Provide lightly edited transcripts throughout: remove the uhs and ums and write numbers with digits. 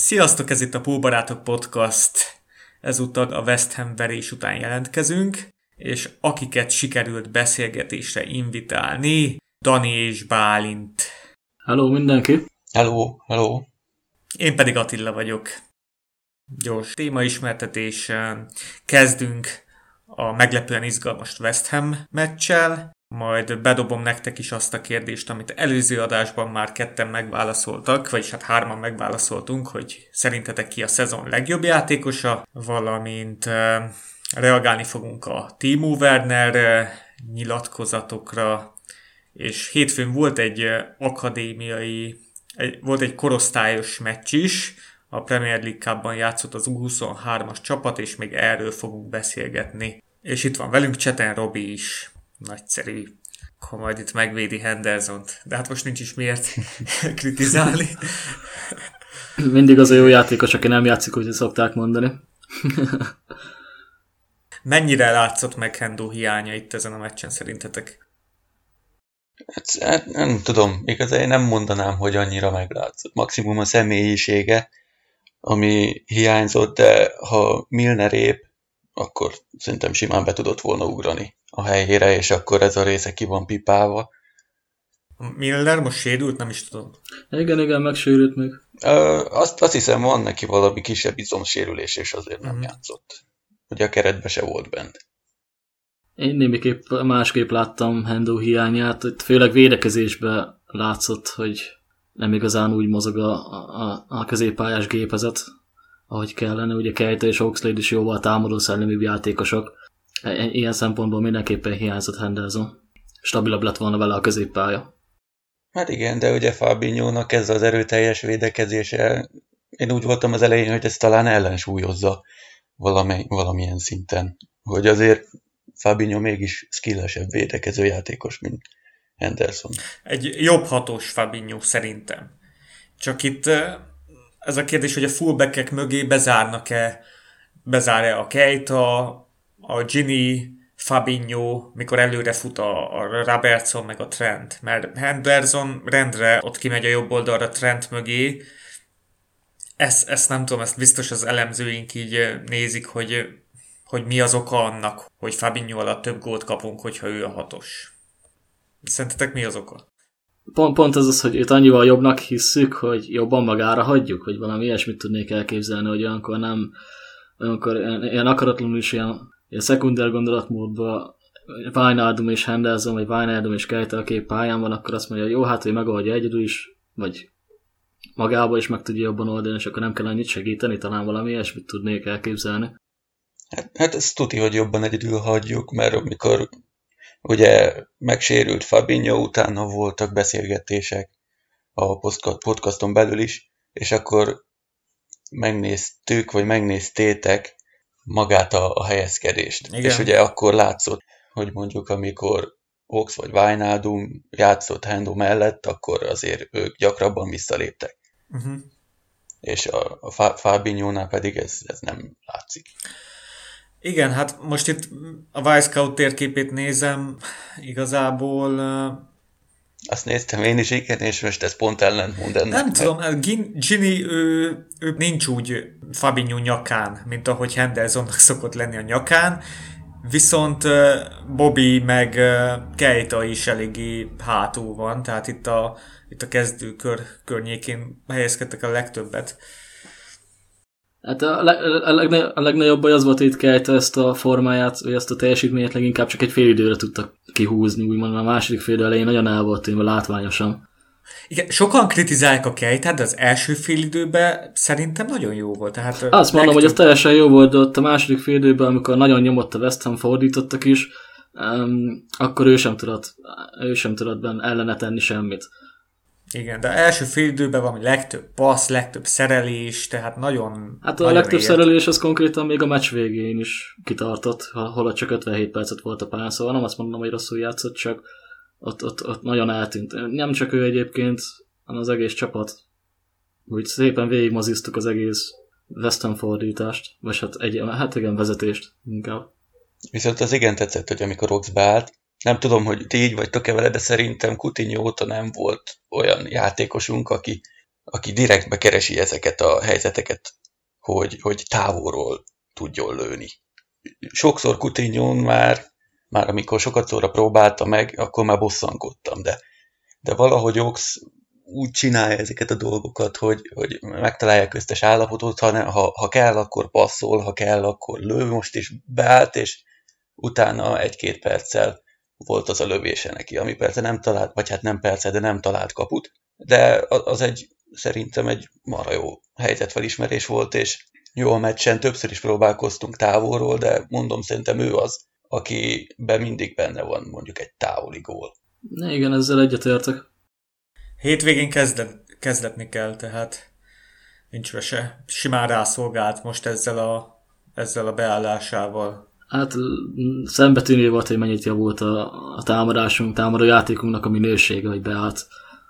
Sziasztok, ez itt a Poolbarátok Podcast. Ezúttal a West Ham verés után jelentkezünk, és akiket sikerült beszélgetésre invitálni, Dani és Bálint. Hello mindenki! Hello! Én pedig Attila vagyok. Gyors témaismertetés. Kezdünk a meglepően izgalmas West Ham meccsel, majd bedobom nektek is azt a kérdést, amit előző adásban már ketten megválaszoltak, vagyis hát 3-an megválaszoltunk, hogy szerintetek ki a szezon legjobb játékosa, valamint reagálni fogunk a Timo Werner nyilatkozatokra, és hétfőn volt egy volt egy korosztályos meccs is, a Premier League Cupban játszott az U23-as csapat, és még erről fogunk beszélgetni. És itt van velünk Cseten Robi is. Nagyszerű. Akkor majd itt megvédi Hendersont. De hát most nincs is miért kritizálni. Mindig az a jó játékos, aki nem játszik, úgy szokták mondani. Mennyire látszott meg Hendo hiánya itt ezen a meccsen szerintetek? Hát nem tudom, igazán én nem mondanám, hogy annyira meglátszott. Maximum a személyisége, ami hiányzott, de ha Milner épp, akkor szerintem simán be tudott volna ugrani a helyére, és akkor ez a része ki van pipálva. Milner most sérült? Nem is tudom. Igen, megsérült még. Azt hiszem, van neki valami kisebb izomsérülés, és azért nem játszott. Ugye a keretbe se volt bent. Én némiképp másképp láttam Hendo hiányát, itt főleg védekezésben látszott, hogy nem igazán úgy mozog a középpályás gépezet, ahogy kellene. Ugye Keita és Oxlade is jóval támadó szellemi játékosok. Ilyen szempontból mindenképpen hiányzott Henderson. Stabilabb lett volna vele a középpálya. Hát igen, de ugye Fabinho-nak ez az erőteljes védekezése, én úgy voltam az elején, hogy ez talán ellensúlyozza valamilyen szinten. Hogy azért Fabinho mégis skillesebb védekező játékos, mint Henderson. Egy jobb hatós Fabinho szerintem. Csak itt ez a kérdés, hogy a fullbackek mögé bezár-e a Keita, a Gini, Fabinho, mikor előre fut a Robertson meg a Trent. Mert Henderson rendre ott kimegy a jobb oldalra Trent mögé. Ezt nem tudom, ezt biztos az elemzőink így nézik, hogy mi az oka annak, hogy Fabinho alatt több gólt kapunk, hogyha ő a hatos. Szerintetek mi az oka? Pont ez az, hogy itt annyival jobbnak hisszük, hogy jobban magára hagyjuk, hogy valami ilyesmit tudnék elképzelni, hogy olyankor ilyen akaratlanul is ilyen szekunder gondolatmódban Wijnaldum és Henderson, vagy Wijnaldum és Keita a két pályán van, akkor azt mondja, jó, hát hogy megoldja egyedül is, vagy magába is meg tudja jobban oldani, és akkor nem kell annyit segíteni, talán valami ilyesmit tudnék elképzelni. Hát ez tuti, hogy jobban egyedül hagyjuk, mert amikor ugye megsérült Fabinho, utána voltak beszélgetések a podcaston belül is, és akkor megnéztétek magát a helyezkedést. Igen. És ugye akkor látszott, hogy mondjuk amikor Ox vagy Wijnaldum játszott Hendo mellett, akkor azért ők gyakrabban visszaléptek. Uh-huh. És a Fabinho-nál pedig ez nem látszik. Igen, hát most itt a Wisecout térképét nézem, igazából... Azt néztem én is, igen, és most ez pont ellentmond ennek. Nem tudom, Gini ő nincs úgy Fabinho nyakán, mint ahogy Hendersonnak szokott lenni a nyakán, viszont Bobby meg Keita is eléggé hátul van, tehát itt a kezdőkör környékén helyezkedtek a legtöbbet. Hát a legnagyobb baj az volt, hogy itt Keita ezt a formáját, vagy ezt a teljesítményet leginkább csak egy fél időre tudtak kihúzni, úgymond a második fél idő elején nagyon el volt tűnve látványosan. Igen, sokan kritizálják a Keitát, de az első fél időben szerintem nagyon jó volt. Tehát azt mondom, hogy az teljesen jó volt, de ott a második fél időben, amikor nagyon nyomott a West Ham, fordítottak is, akkor ő sem tudott benne ellene tenni semmit. Igen, de első fél időben valami legtöbb passz, legtöbb szerelés, tehát nagyon... Hát a legtöbb szerelés az konkrétan még a meccs végén is kitartott, holott csak 57 percet volt a pályán, szóval nem azt mondom, hogy rosszul játszott, csak ott nagyon eltűnt. Nem csak ő egyébként, hanem az egész csapat. Úgy szépen végigmoziztuk az egész West Ham fordítást, vagy hát igen, vezetést inkább. Viszont az igen tetszett, hogy amikor Ox beállt, nem tudom, hogy ti így vagytok-e vele, de szerintem Coutinho óta nem volt olyan játékosunk, aki aki direktbe keresi ezeket a helyzeteket, hogy távolról tudjon lőni. Sokszor Coutinhón már amikor sokat szóra próbálta meg, akkor már bosszankodtam, de valahogy Ox úgy csinálja ezeket a dolgokat, hogy megtalálja köztes állapotot, ha kell, akkor passzol, ha kell, akkor lő, most is beállt, és utána 1-2 perccel volt az a lövése neki, ami persze nem talált, vagy hát nem perce, de nem talált kaput, de az szerintem egy marha jó helyzetfelismerés volt, és jó a meccsen, többször is próbálkoztunk távolról, de mondom, szerintem ő az, akiben mindig benne van mondjuk egy távoli gól. Igen, ezzel egyetértek. Hétvégén kezdetni kell, tehát nincs vese. Simán rászolgált most ezzel a beállásával. Hát szembetűnő volt, hogy mennyit javult a támadó játékunknak a minősége, hogy beállt.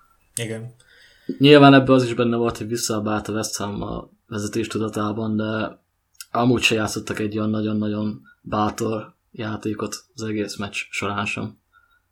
Igen. Nyilván ebben az is benne volt, hogy visszaabált a West Ham a vezetés tudatában, de amúgy se játszottak egy olyan nagyon-nagyon bátor játékot az egész meccs során sem.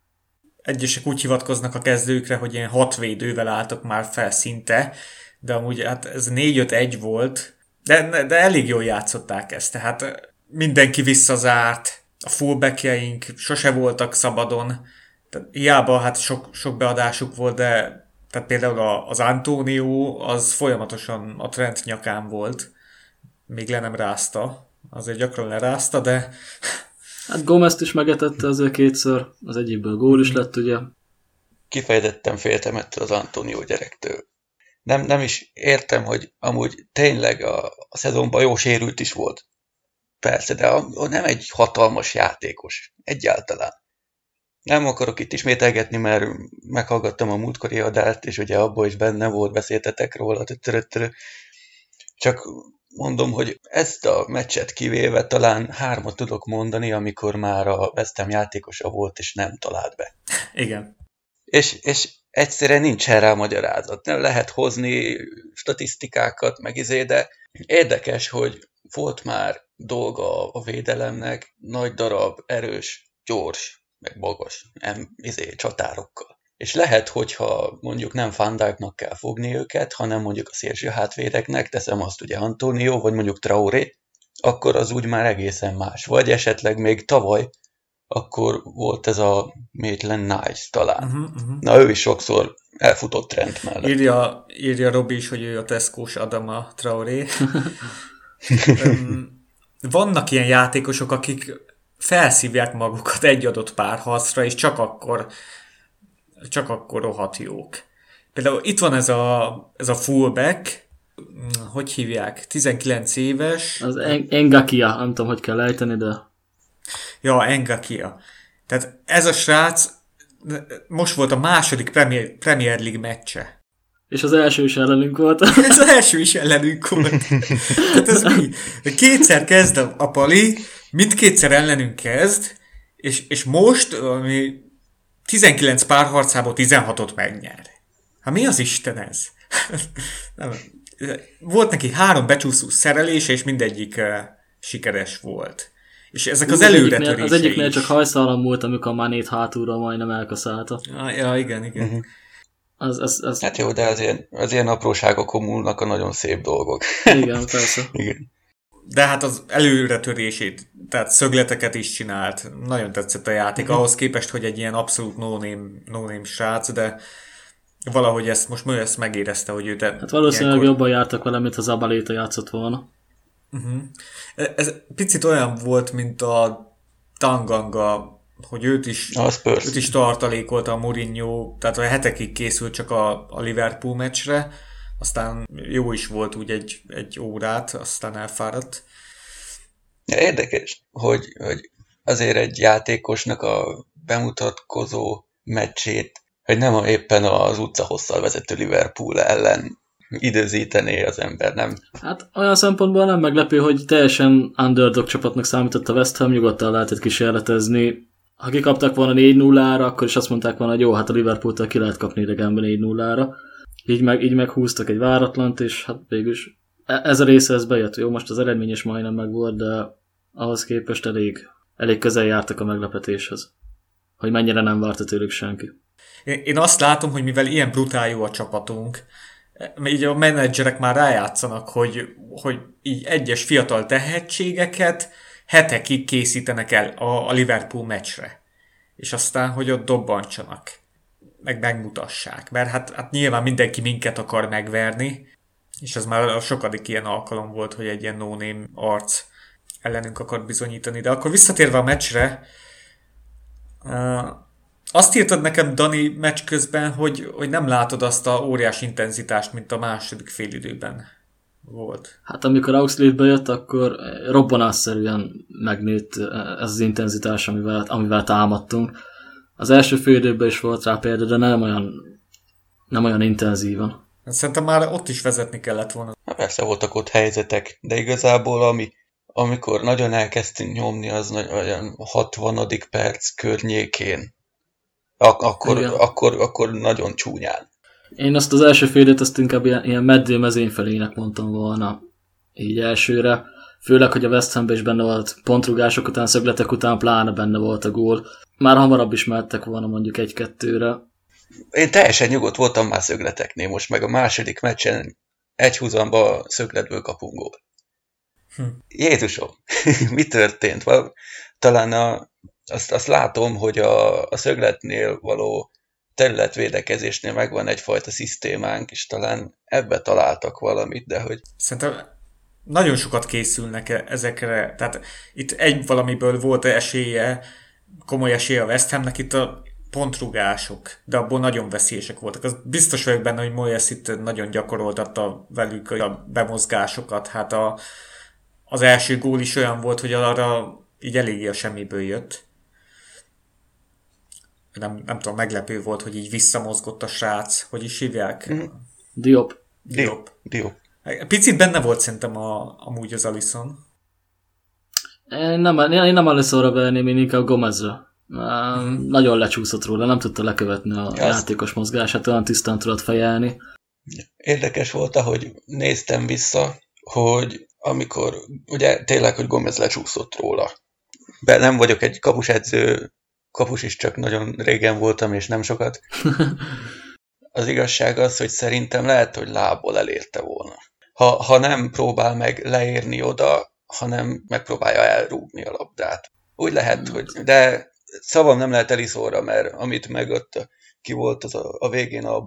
Egyesek úgy hivatkoznak a kezdőkre, hogy ilyen 6 védővel álltak már fel szinte, de amúgy hát ez 4-5-1 volt, de elég jól játszották ezt, tehát mindenki visszazárt, a fullbackjeink sose voltak szabadon, tehát hiába hát sok beadásuk volt, de tehát például az Antonio az folyamatosan a Trent nyakán volt, még le nem rázta, azért gyakran lerázta, de... Hát Gomezt is megetette azért 2-ször, az egyikből gól is lett, ugye. Kifejezetten féltem ettől az Antonio gyerektől. Nem is értem, hogy amúgy tényleg a szezonban jó sérült is volt. Persze, de nem egy hatalmas játékos. Egyáltalán. Nem akarok itt ismételgetni, mert meghallgattam a múltkori adást, és ugye abból is benne volt, beszéltetek róla, csak mondom, hogy ezt a meccset kivéve talán 3 tudok mondani, amikor már a West Ham játékosa volt, és nem talált be. Igen. És egyszerűen nincs erre magyarázat. Nem lehet hozni statisztikákat, de érdekes, hogy volt már dolga a védelemnek, nagy darab, erős, gyors, meg magas csatárokkal. És lehet, hogyha mondjuk nem Van Dijknak kell fogni őket, hanem mondjuk a szélső hátvédeknek, teszem azt ugye Antonio, vagy mondjuk Traoré, akkor az úgy már egészen más. Vagy esetleg még tavaly, akkor volt ez a Maitland-Niles talán. Na ő is sokszor elfutott Trent mellett. Írja Robi is, hogy ő a Tesco-s Adama Traoré. Vannak ilyen játékosok, akik felszívják magukat egy adott párharcra, és csak akkor rohadt jók. Például itt van ez a fullback, hogy hívják? 19 éves. Az Engakia, nem tudom, hogy kell ejteni, de... Ja, Engakia. Tehát ez a srác most volt a második Premier League meccse. És az első is ellenünk volt. Ez az első is ellenünk volt. Tehát ez mi? 2-szer kezd a Pali, mindkétszer ellenünk kezd, és most ami 19 párharcából 16-ot megnyer. Hát mi az Isten ez? Volt neki 3 becsúszó szerelése, és mindegyik sikeres volt. És ezek az előretörései az egyiknél csak hajszalam volt, amikor Manét hátulról majdnem elkaszálta. Ja, igen. Uh-huh. Hát jó, de az ilyen apróságokon múlnak a nagyon szép dolgok. Igen, persze. Igen. De hát az előretörését, tehát szögleteket is csinált. Nagyon tetszett a játék, ahhoz képest, hogy egy ilyen abszolút no-name srác, de valahogy ezt megérezte, hogy ő... Hát valószínűleg jobban jártak vele, mint az Zabaleta játszott volna. Uh-huh. Ez picit olyan volt, mint a Tanganga, hogy őt is tartalékolta a Mourinho, tehát a hetekig készült csak a Liverpool meccsre, aztán jó is volt úgy egy órát, aztán elfáradt. Érdekes, hogy azért egy játékosnak a bemutatkozó meccsét, hogy nem éppen az utcahosszal vezető Liverpool ellen időzítené az ember, nem? Hát olyan szempontból nem meglepő, hogy teljesen underdog csapatnak számított a West Ham, nyugodtan lehetett kísérletezni. Ha kikaptak volna 4-0-ra, akkor is azt mondták volna, hogy jó, hát a Liverpooltól ki lehet kapni idegenben 4-0-ra. Így meghúztak egy váratlant, és hát végülis ez a része ez bejött. Jó, most az eredmény is majdnem megvolt, de ahhoz képest elég közel jártak a meglepetéshez. Hogy mennyire nem várta tőlük senki. Én azt látom, hogy mivel ilyen brutál jó a csapatunk, így a menedzserek már rájátszanak, hogy így egyes fiatal tehetségeket hetekig készítenek el a Liverpool meccsre. És aztán, hogy ott dobbantsanak. Meg megmutassák. Mert hát nyilván mindenki minket akar megverni, és ez már a sokadik ilyen alkalom volt, hogy egy ilyen no-name arc ellenünk akar bizonyítani. De akkor visszatérve a meccsre, azt írtad nekem, Dani, meccs közben, hogy nem látod azt a óriás intenzitást, mint a második félidőben volt. Hát amikor Oxlade bejött, akkor robbanásszerűen megnőtt ez az intenzitás, amivel támadtunk. Az első félidőben is volt rá példa, de nem olyan intenzívan. Szerintem már ott is vezetni kellett volna. Na persze voltak ott helyzetek, de igazából amikor nagyon elkezdtünk nyomni, az olyan 60. perc környékén. Akkor nagyon csúnyán. Én azt az első félidőt azt inkább ilyen meddő mezőnyfelének mondtam volna így elsőre. Főleg, hogy a West Hamben is benne volt pontrugások után, szögletek után, pláne benne volt a gól. Már hamarabb is mehettek volna mondjuk 1-2-re. Én teljesen nyugodt voltam már szögleteknél, most meg a második meccsen egy húzamba szögletből kapunk gólt. Jézusom, mi történt? Talán azt látom, hogy a szögletnél való területvédekezésnél megvan egyfajta szisztémánk, és talán ebbe találtak valamit, de hogy... Szerintem nagyon sokat készülnek ezekre, tehát itt egy valamiből volt komoly esélye a West Hamnek, itt a pontrugások, de abból nagyon veszélyesek voltak. Az biztos vagyok benne, hogy Moyes itt nagyon gyakoroltatta velük a bemozgásokat, hát az első gól is olyan volt, hogy arra így eléggé a semmiből jött. Nem tudom, meglepő volt, hogy így visszamozgott a srác. Hogy is hívják? Diop. Picit benne volt szerintem amúgy az Alisson. Én nem Alissonra verném, én inkább Gomezre. Nagyon lecsúszott róla, nem tudta lekövetni a játékos mozgását, olyan tisztán tudott fejelni. Érdekes volt, ahogy néztem vissza, hogy amikor, ugye tényleg, hogy Gomez lecsúszott róla. Nem vagyok egy kapusedző, kapus is csak nagyon régen voltam, és nem sokat. Az igazság az, hogy szerintem lehet, hogy lábból elérte volna. Ha nem próbál meg leérni oda, hanem megpróbálja elrúgni a labdát. Úgy lehet, hogy... De szavam nem lehet Alissonra, mert amit meg ott ki volt az a végén a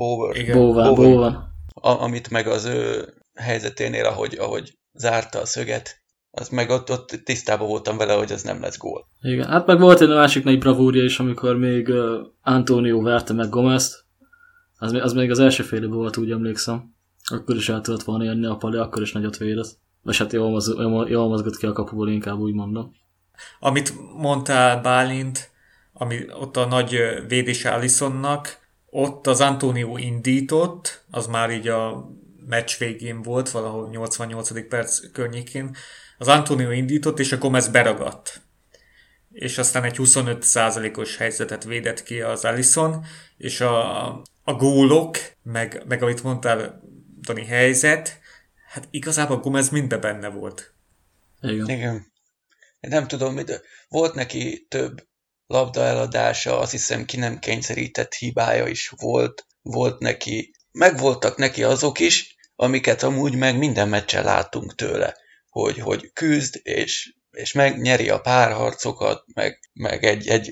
Bowen. Amit meg az ő helyzeténél, ahogy zárta a szöget, az meg ott tisztában voltam vele, hogy ez nem lesz gól. Igen, hát meg volt egy másik nagy bravúrja is, amikor még Antonio verte meg Gomezt. Az még az első félében volt, úgy emlékszem. Akkor is el tudott volna jönni a pali, akkor is nagyot védett. Vagy hát jól mozgott ki a kapuból, inkább úgy mondom. Amit mondtál, Bálint, ami ott a nagy védése Alissonnak, ott az Antonio indított, az már így a meccs végén volt, valahol 88. perc környékén. Az Antonio indított, és a Gomez beragadt. És aztán egy 25%-os helyzetet védett ki az Alisson, és a gólok, meg amit mondtál, Dani, helyzet, hát igazából Gomez mindbe benne volt. Igen. Én nem tudom, volt neki több labda eladása, azt hiszem ki nem kényszerített hibája is volt neki, megvoltak neki azok is, amiket amúgy meg minden meccsen látunk tőle, hogy küzd, és megnyeri a párharcokat, meg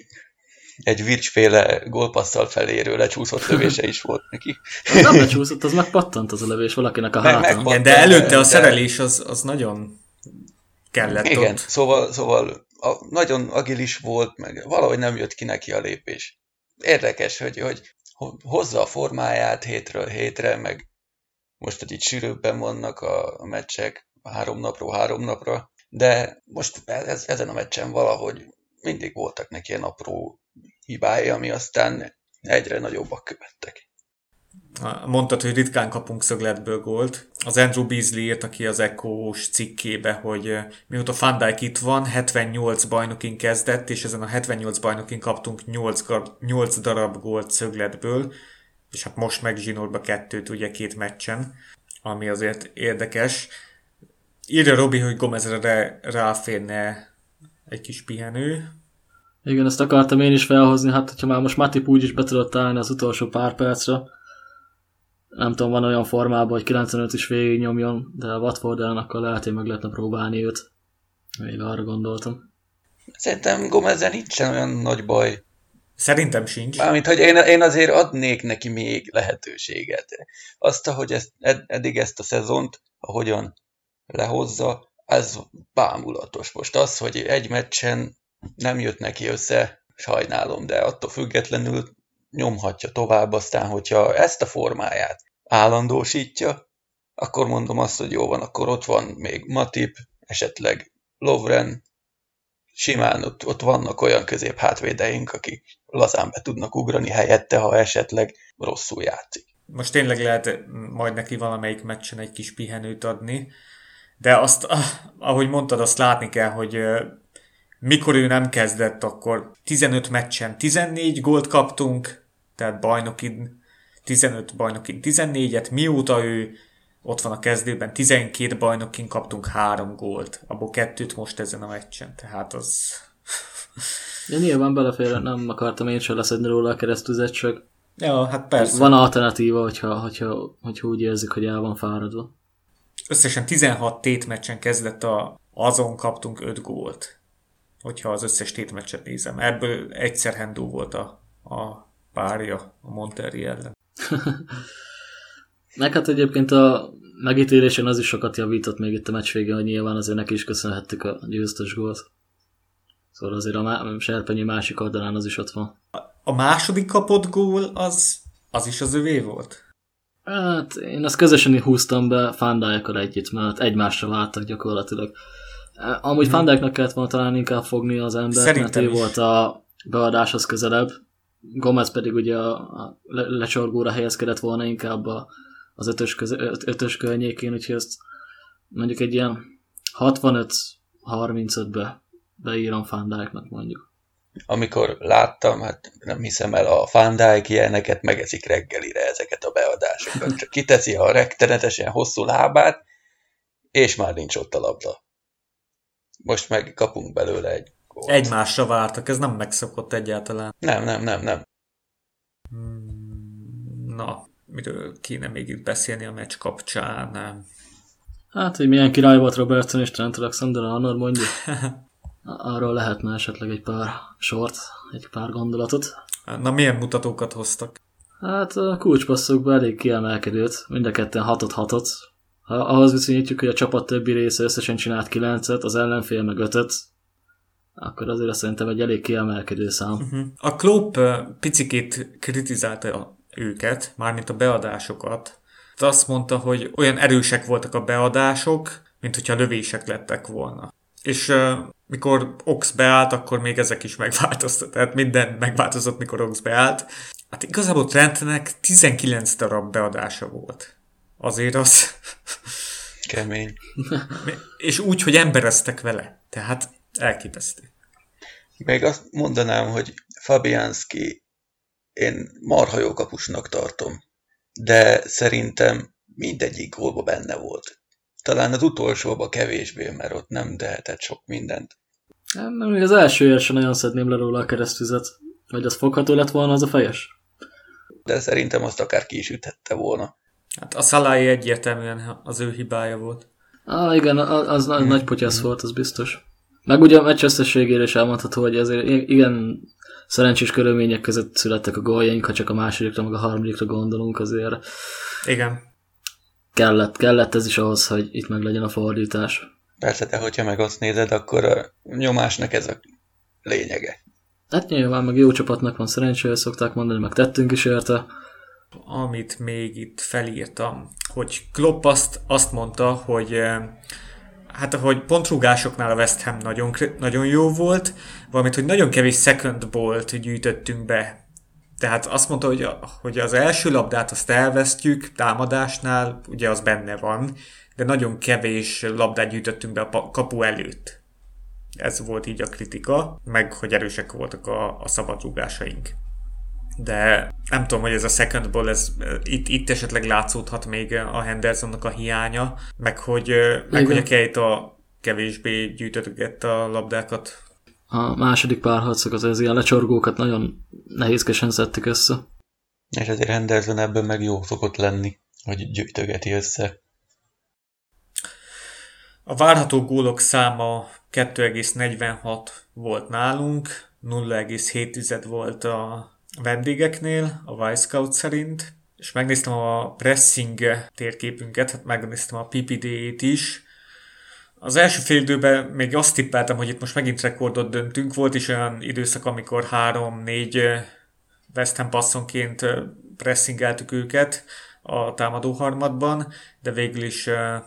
egy vircsféle gólpasszal felérő lecsúszott lövése is volt neki. Az nem lecsúszott, az megpattant az a lövés valakinek a hátán. De előtte a szerelés az nagyon kellett. Igen, ott. szóval nagyon agilis volt, meg valahogy nem jött ki neki a lépés. Érdekes, hogy hozza a formáját hétről hétre, meg most, hogy itt sűrűbben vannak a meccsek 3 napra, de most ezen a meccsen valahogy mindig voltak neki ilyen apró hibái, ami aztán egyre nagyobbak követtek. Mondtad, hogy ritkán kapunk szögletből gólt. Az Andrew Beasley írta ki az Echo-s cikkébe, hogy mióta Van Dijk itt van, 78 bajnokin kezdett, és ezen a 78 bajnokin kaptunk 8 darab gólt szögletből, és hát most meg zsinórba 2-t, ugye 2 meccsen, ami azért érdekes. Írja Robi, hogy Gomezre ráférne egy kis pihenő. Igen, ezt akartam én is felhozni, hát hogyha már most Matip úgy is be tudott állni az utolsó pár percre, nem tudom, van olyan formában, hogy 95 is végig nyomjon, de a Watford ellen akkor lehet, hogy meg lehetne próbálni őt. Még arra gondoltam. Szerintem Gomezzel nincsen olyan nagy baj. Szerintem sincs. Mármint, hogy én azért adnék neki még lehetőséget. Azt, ahogy eddig ezt a szezont, ahogyan lehozza, ez bámulatos. Most az, hogy egy meccsen nem jött neki össze, sajnálom, de attól függetlenül nyomhatja tovább, aztán, hogyha ezt a formáját állandósítja, akkor mondom azt, hogy jó van, akkor ott van még Matip, esetleg Lovren, simán ott vannak olyan középhátvédeink, akik lazán be tudnak ugrani helyette, ha esetleg rosszul játszik. Most tényleg lehet majd neki valamelyik meccsen egy kis pihenőt adni, de azt, ahogy mondtad, azt látni kell, hogy mikor ő nem kezdett, akkor 15 meccsen 14 gólt kaptunk, tehát bajnokin 15 bajnokin 14-et, mióta ő ott van a kezdőben, 12 bajnokin kaptunk 3 gólt, abból 2-t most ezen a meccsen, tehát az... Ja, nyilván belefér, nem akartam én sem leszedni róla a keresztüzet, csak ja, hát persze. Van alternatíva, hogyha úgy érzik, hogy el van fáradva. Összesen 16 tétmeccsen kezdett, azon kaptunk 5 gólt, hogyha az összes tétmeccset nézem. Ebből egyszer Hendo volt a párja a Monterrey ellen. Meg hát egyébként a megítélésen az is sokat javított még itt a meccs végén, hogy nyilván azért neki is köszönhettük a győztes gólt. Szóval azért a serpenyő másik oldalán az is ott van. A második kapott gól az is az övé volt? Hát én azt közösen húztam be Van Dijkkal együtt, mert egymásra váltak gyakorlatilag. Amúgy Van Dijknak kellett volna talán inkább fogni az embert, szerintem mert ő volt a beadáshoz közelebb. Gomez pedig ugye a lecsorgóra helyezkedett volna inkább az ötös környékén, úgyhogy ezt mondjuk egy ilyen 65-35-be beírom Van Dijknak mondjuk. Amikor láttam, hát nem hiszem el, a Van Dijk ilyeneket megeszik reggelire ezeket a beadásokat. Csak kiteszi a rettenetesen hosszú lábát, és már nincs ott a labda. Most meg kapunk belőle egy gólt. Egymásra vártak, ez nem megszokott egyáltalán. Nem. Na, miről kéne még itt beszélni a meccs kapcsán? Nem. Hát, hogy milyen király volt Robertson és Trent Alexander-Arnold mondjuk. Arról lehetne esetleg egy pár sort, egy pár gondolatot. Na, milyen mutatókat hoztak? Hát a kulcspasszokban elég kiemelkedőt, mind a ketten 6-6. Ha ahhoz viszonyítjuk, hogy a csapat többi része összesen csinált 9-et, az ellenfél meg 5-et, akkor azért szerintem egy elég kiemelkedő szám. A Klopp picikét kritizálta őket, mármint a beadásokat. Azt mondta, hogy olyan erősek voltak a beadások, mint hogyha lövések lettek volna. És mikor Ox beállt, akkor még ezek is megváltoztak. Tehát minden megváltozott, mikor Ox beállt. Hát igazából Trentnek 19 darab beadása volt. Azért az... Kemény. És úgy, hogy embereztek vele. Tehát elképesztő. Még azt mondanám, hogy Fabianski én marha jó kapusnak tartom, de szerintem mindegyik gólba benne volt. Talán az utolsóban kevésbé, mert ott nem tehetett sok mindent. Még az elsőért sem nagyon szedném le róla a keresztüzet. Vagy az fogható lett volna az a fejes? De szerintem azt akár ki is üthette volna. Hát a Salahé egyértelműen az ő hibája volt. Igen, az nagy potyasz volt, az biztos. Meg ugye a meccs összességére is elmondható, hogy azért igen szerencsés körülmények között születtek a góljaink, ha csak a másodikra, meg a harmadikra gondolunk azért. Igen. Kellett ez is ahhoz, hogy itt meg legyen a fordítás. Persze, de hogyha meg azt nézed, akkor a nyomásnak ez a lényege. Hát nyilván meg jó csapatnak van szerencsére, szokták mondani, meg tettünk is érte. Amit még itt felírtam, hogy Klopp azt mondta, hogy hát ahogy pontrugásoknál a West Ham nagyon jó volt, valamint, hogy nagyon kevés second ballt gyűjtöttünk be. Tehát azt mondta, hogy az első labdát azt elvesztjük támadásnál, ugye az benne van, de nagyon kevés labdát gyűjtöttünk be a kapu előtt. Ez volt így a kritika, meg hogy erősek voltak a szabadrúgásaink. De nem tudom, hogy ez a second ball, itt esetleg látszódhat még a Hendersonnak a hiánya, meg hogy a Keita kevésbé gyűjtögette a labdákat. A második párharcokat, ez ilyen lecsorgókat nagyon nehézkesen szedtük össze. És azért Henderson ebben meg jó szokott lenni, hogy gyűjtögeti össze. A várható gólok száma 2,46 volt nálunk, 0,7 volt a vendégeknél, a Wisecout szerint, és megnéztem a pressing térképünket, hát megnéztem a PPD-t is. Az első fél időben még azt tippeltem, hogy itt most megint rekordot döntünk, volt is olyan időszak, amikor 3-4 West Ham passzonként pressingeltük őket a támadó harmadban, de végül is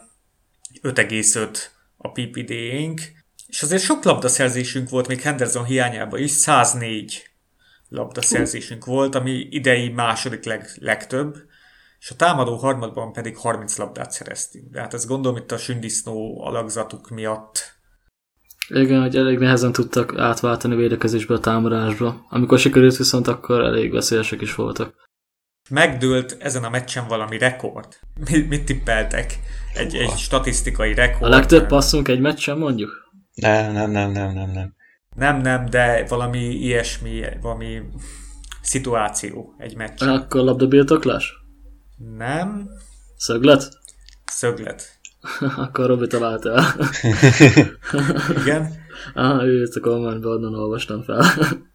5,5 a PPD-énk, és azért sok labdaszerzésünk volt még Henderson hiányában is, 104 labdaszerzésünk volt, ami idei második legtöbb, és a támadó harmadban pedig 30 labdát szereztünk. De hát ezt gondolom itt a sündisznó alakzatuk miatt. Igen, hogy elég nehezen tudtak átváltani védekezésbe a támadásba. Amikor sikerült viszont, akkor elég veszélyesek is voltak. Megdőlt ezen a meccsen valami rekord. Mit tippeltek? Egy statisztikai rekord. A legtöbb passzunk egy meccsen mondjuk? Nem. Nem, de valami ilyesmi, valami szituáció egy meccsen. Akkor labdabirtoklás? Nem. Szöglet? Szöglet. Akkor Robi találta el. Igen. Ő jött a kommentbe, onnan olvastam fel.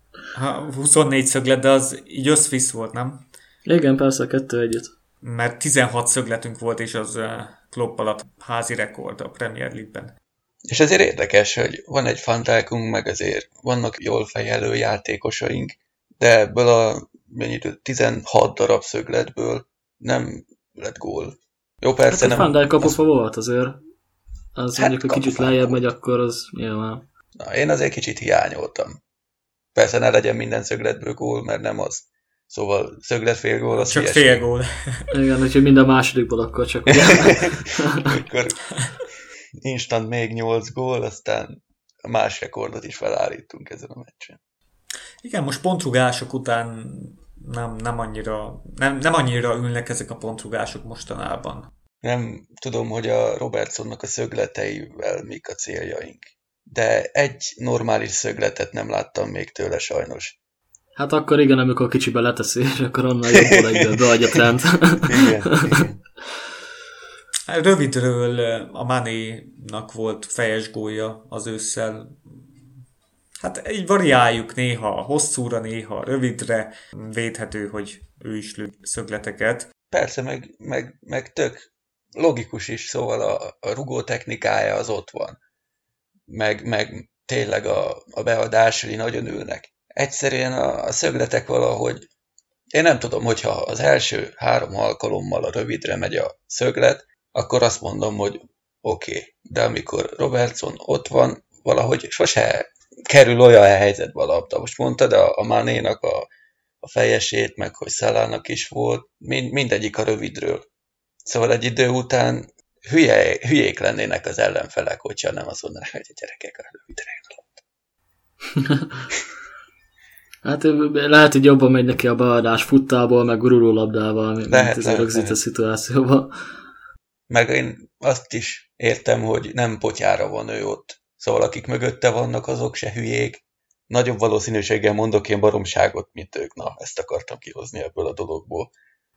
24 szöglet, de az így összvisz volt, nem? Igen, persze, 2-1. Mert 16 szögletünk volt, és az Klopp alatt házi rekord a Premier League-ben. És ezért érdekes, hogy van egy fantákunk, meg azért vannak jól fejelő játékosaink, de ebből a 16 darab szögletből nem lett gól. Jó, persze hát nem... Van Dijk kapufa volt azért. Az Hát mondjuk, hogy kicsit lejjebb megy, akkor az nyilván. Na, én azért kicsit hiányoltam. Persze ne legyen minden szögletből gól, mert nem az. Szóval szöglet fél gól, az csak hülyeség. fél gól. Igen, úgyhogy minden másodikból akkor csak ugye. Akkor instant még 8 gól, aztán a más rekordot is felállítunk ezen a meccsen. Igen, most pontrugások után nem annyira ülnek ezek a pontrugások mostanában. Nem tudom, hogy a Robertsonnak a szögleteivel mik a céljaink. De egy normális szögletet nem láttam még tőle sajnos. Hát akkor igen, amikor kicsibe leteszi, és akkor onnan jobból egyből beadja trend. Igen. Rövidről a Manénak volt fejes gólja az ősszel. Hát így variáljuk néha hosszúra, néha rövidre. Védhető, hogy ő is lő szögleteket. Persze, meg tök logikus is, szóval a rugó technikája az ott van. Meg tényleg a beadásai nagyon ülnek. Egyszerűen a szögletek valahogy, én nem tudom, hogyha az első 3 alkalommal a rövidre megy a szöglet, akkor azt mondom, hogy oké. De amikor Robertson ott van, valahogy sose kerül olyan helyzetbe a labda. Most mondtad a Manénak a fejesét, meg hogy Salának is volt, mindegyik a rövidről. Szóval egy idő után hülyék lennének az ellenfelek, hogyha nem azt mondanák, hogy a gyerekek a rövidre a labda. Hát lehet, hogy jobban megy neki a beadás futtából, meg guruló labdával, mint ez a rögzített szituációban. Meg én azt is értem, hogy nem potyára van ő ott. Szóval akik mögötte vannak, azok se hülyék. Nagyobb valószínűséggel mondok ilyen baromságot, mint ők. Na, ezt akartam kihozni ebből a dologból.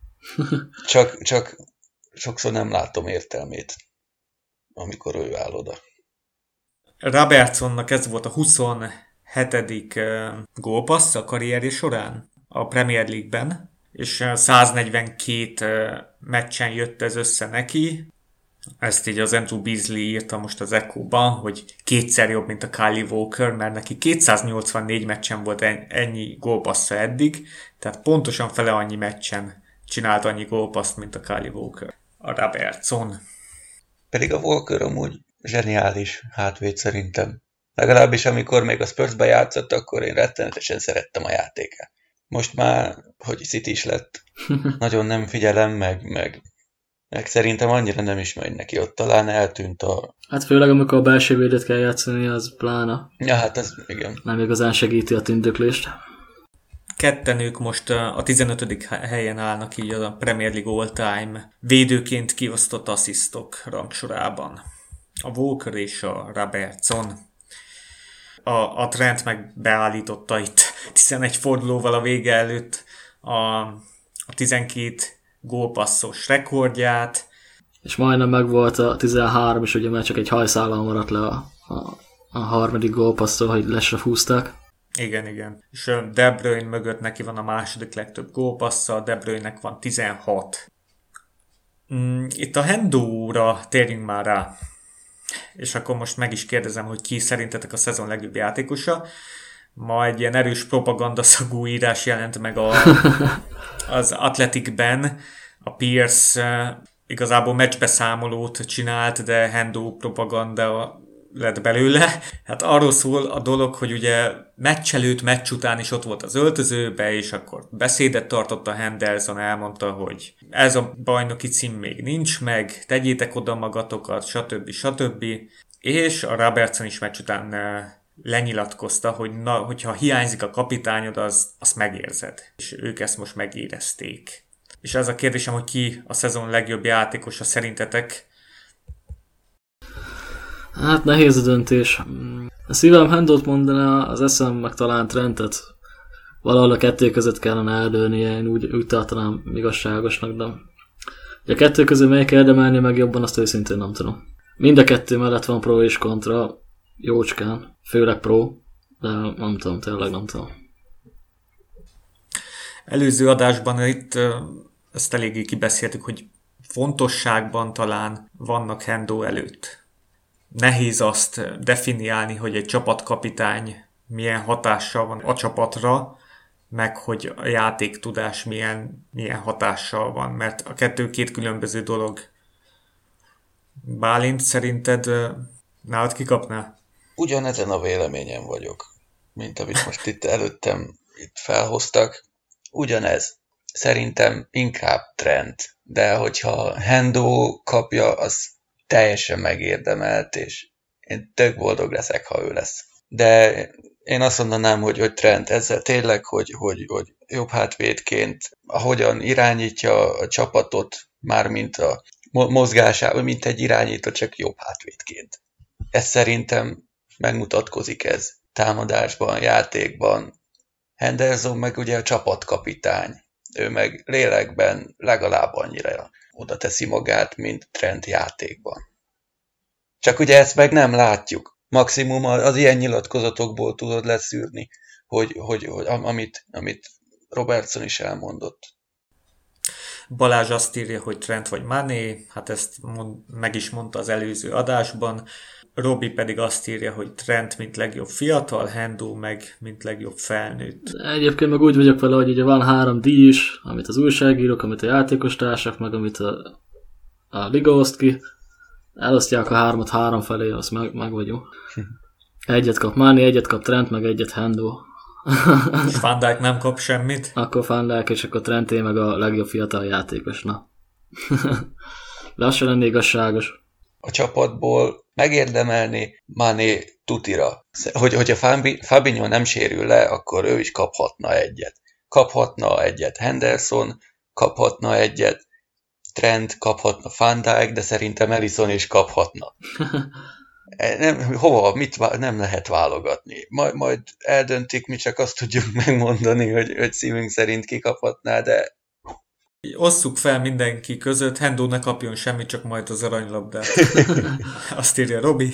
Csak sokszor nem látom értelmét, amikor ő áll oda. Robertsonnak ez volt a 27. gólpassz a karrierje során a Premier League-ben, és 142 meccsen jött ez össze neki. Ezt így az Andrew Beasley írta most az Echo-ban, hogy kétszer jobb, mint a Kyle Walker, mert neki 284 meccsen volt ennyi gólpassza eddig, tehát pontosan fele annyi meccsen csinált annyi gólpasszt, mint a Kyle Walker. A Robertson. Pedig a Walker amúgy zseniális hátvéd szerintem. Legalábbis amikor még a Spursbe játszott, akkor én rettenetesen szerettem a játékát. Most már, hogy City is lett, nagyon nem figyelem, meg szerintem annyira nem is megy neki ott. Talán eltűnt a... Hát főleg amikor a belső védet kell játszani, az plána. Ja, hát az igen. Nem igazán segíti a tündöklést. Ketten ők most a 15. helyen állnak így a Premier League all-time védőként kiosztott asszisztok rangsorában. A Walker és a Robertson. A Trent meg beállította itt 11 fordulóval a vége előtt a a 12 gólpasszos rekordját. És majdnem megvolt a 13 is, ugye már csak egy hajszállal maradt le a harmadik gólpasszol, hogy lesre húzták. Igen. És De Bruyne mögött neki van a második legtöbb gólpassza, De Bruyne-nek van 16. Itt a Hendo-ra térjünk már rá. És akkor most meg is kérdezem, hogy ki szerintetek a szezon legjobb játékosa. Ma egy ilyen erős propagandaszagú írás jelent meg az Athleticben. A Pierce igazából meccsbeszámolót csinált, de Hendo propaganda lett belőle. Hát arról szól a dolog, hogy ugye meccs előtt, meccs után is ott volt az öltözőbe, és akkor beszédet tartott a Henderson, elmondta, hogy ez a bajnoki cím még nincs meg, tegyétek oda magatokat, stb. És a Robertson is meccs után lenyilatkozta, hogy hogyha hiányzik a kapitányod, azt megérzed. És ők ezt most megérezték. És ez a kérdésem, hogy ki a szezon legjobb játékosa szerintetek? Hát nehéz a döntés. A szívem Hendót mondaná, az eszem meg talán Trentet. Valahol a kettő között kellene eldőlnie, én úgy tartanám igazságosnak, de a kettő közül melyik érdemelni meg jobban, azt őszintén nem tudom. Mind a kettő mellett van pro és kontra, jócskán, főleg pro, de nem tudom, tényleg nem tudom. Előző adásban itt ezt eléggé kibeszéltük, hogy fontosságban talán vannak Hendo előtt. Nehéz azt definiálni, hogy egy csapatkapitány milyen hatással van a csapatra, meg hogy a játéktudás milyen hatással van, mert a kettő két különböző dolog. Bálint, szerinted nálad kikapná? Ugyanezen a véleményen vagyok, mint amit most itt előttem itt felhoztak. Ugyanez. Szerintem inkább Trent, de hogyha Hendo kapja, az teljesen megérdemelt, és én tök boldog leszek, ha ő lesz. De én azt mondanám, hogy Trent ezzel tényleg, hogy jobb hátvédként, ahogyan irányítja a csapatot, mármint a mozgásában, mint egy irányító, csak jobb hátvédként. Ez szerintem megmutatkozik ez támadásban, játékban. Henderson meg ugye a csapatkapitány. Ő meg lélekben legalább annyira oda teszi magát, mint Trent játékban. Csak ugye ezt meg nem látjuk. Maximum az ilyen nyilatkozatokból tudod leszűrni, hogy amit Robertson is elmondott. Balázs azt írja, hogy Trent vagy Mané, hát ezt meg is mondta az előző adásban. Robi pedig azt írja, hogy Trent mint legjobb fiatal, Hendo meg mint legjobb felnőtt. Egyébként meg úgy vagyok vele, hogy ugye van 3 díj is, amit az újságírók, amit a játékostársak, meg amit a liga oszt ki. Elosztják a 3-at 3 felé, azt meg vagyunk. Egyet kap Mané, egyet kap Trent, meg egyet Hendo. És Van Dijk nem kap semmit? Akkor Van Dijk, és akkor Trenté meg a legjobb fiatal játékos. Na. De az se lenne igazságos. A csapatból megérdemelni Mané tutira. Hogyha Fabinho nem sérül le, akkor ő is kaphatna egyet. Kaphatna egyet Henderson, kaphatna egyet Trent, kaphatna Van Dijk, de szerintem Alisson is kaphatna. Nem lehet válogatni. Majd eldöntik, mi csak azt tudjuk megmondani, hogy szívünk szerint kikaphatná, de osszuk fel mindenki között, Hendo ne kapjon semmit, csak majd az aranylabdát. Azt írja Robi.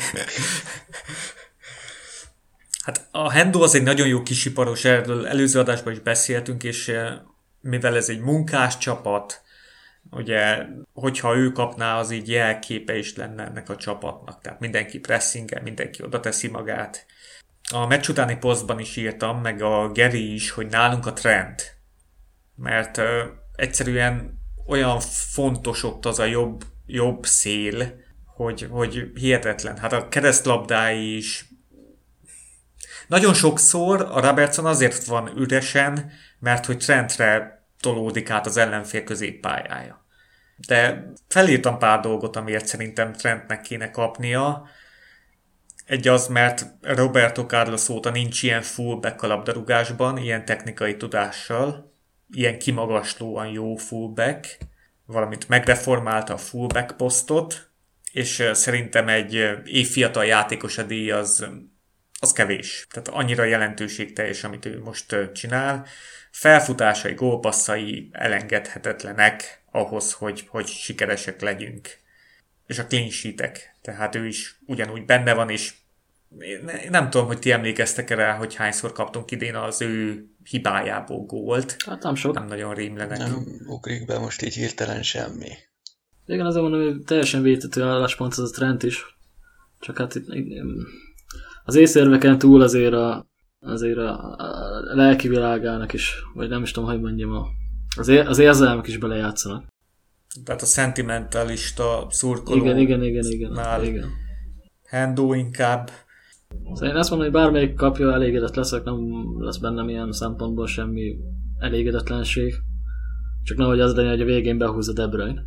Hát a Hendo az egy nagyon jó kisiparos, erről előző adásban is beszéltünk, és mivel ez egy munkás csapat, ugye, hogyha ő kapná, az így jelképe is lenne ennek a csapatnak. Tehát mindenki pressingel, mindenki oda teszi magát. A meccs utáni posztban is írtam, meg a Geri is, hogy nálunk a Trent. Mert egyszerűen olyan fontos ott az a jobb szél, hogy hihetetlen. Hát a keresztlabdái is. Nagyon sokszor a Robertson azért van üresen, mert hogy Trentre tolódik át az ellenfél középpályája. De felírtam pár dolgot, amiért szerintem Trentnek kéne kapnia. Egy az, mert Roberto Carlos óta nincs ilyen fullback a labdarúgásban, ilyen technikai tudással, ilyen kimagaslóan jó fullback, valamint megreformálta a fullback posztot, és szerintem egy évfiatal játékos a díj az az kevés. Tehát annyira jelentőségteljes, amit ő most csinál. Felfutásai, gólpasszai elengedhetetlenek ahhoz, hogy sikeresek legyünk. És a clean sheetek. Tehát ő is ugyanúgy benne van, és nem tudom, hogy ti emlékeztek rá, hogy hányszor kaptunk idén az ő hibájából gólt. Hát nem sok. Nem nagyon rémlenek. Nem ugrik be most így hirtelen semmi. Igen, azért mondom, hogy teljesen vétető álláspont az a Trent is. Csak hát itt az észérveken túl azért a lelki világának is, vagy nem is tudom, hogy mondjam, az érzelmek is belejátszanak. Tehát a szentimentalista szurkoló. Igen. Hendo inkább. Szóval én azt mondom, hogy bármelyik kapja, elégedett leszek, nem lesz bennem ilyen szempontból semmi elégedetlenség. Csak nehogy az legyen, hogy a végén behúzza De Bruyne.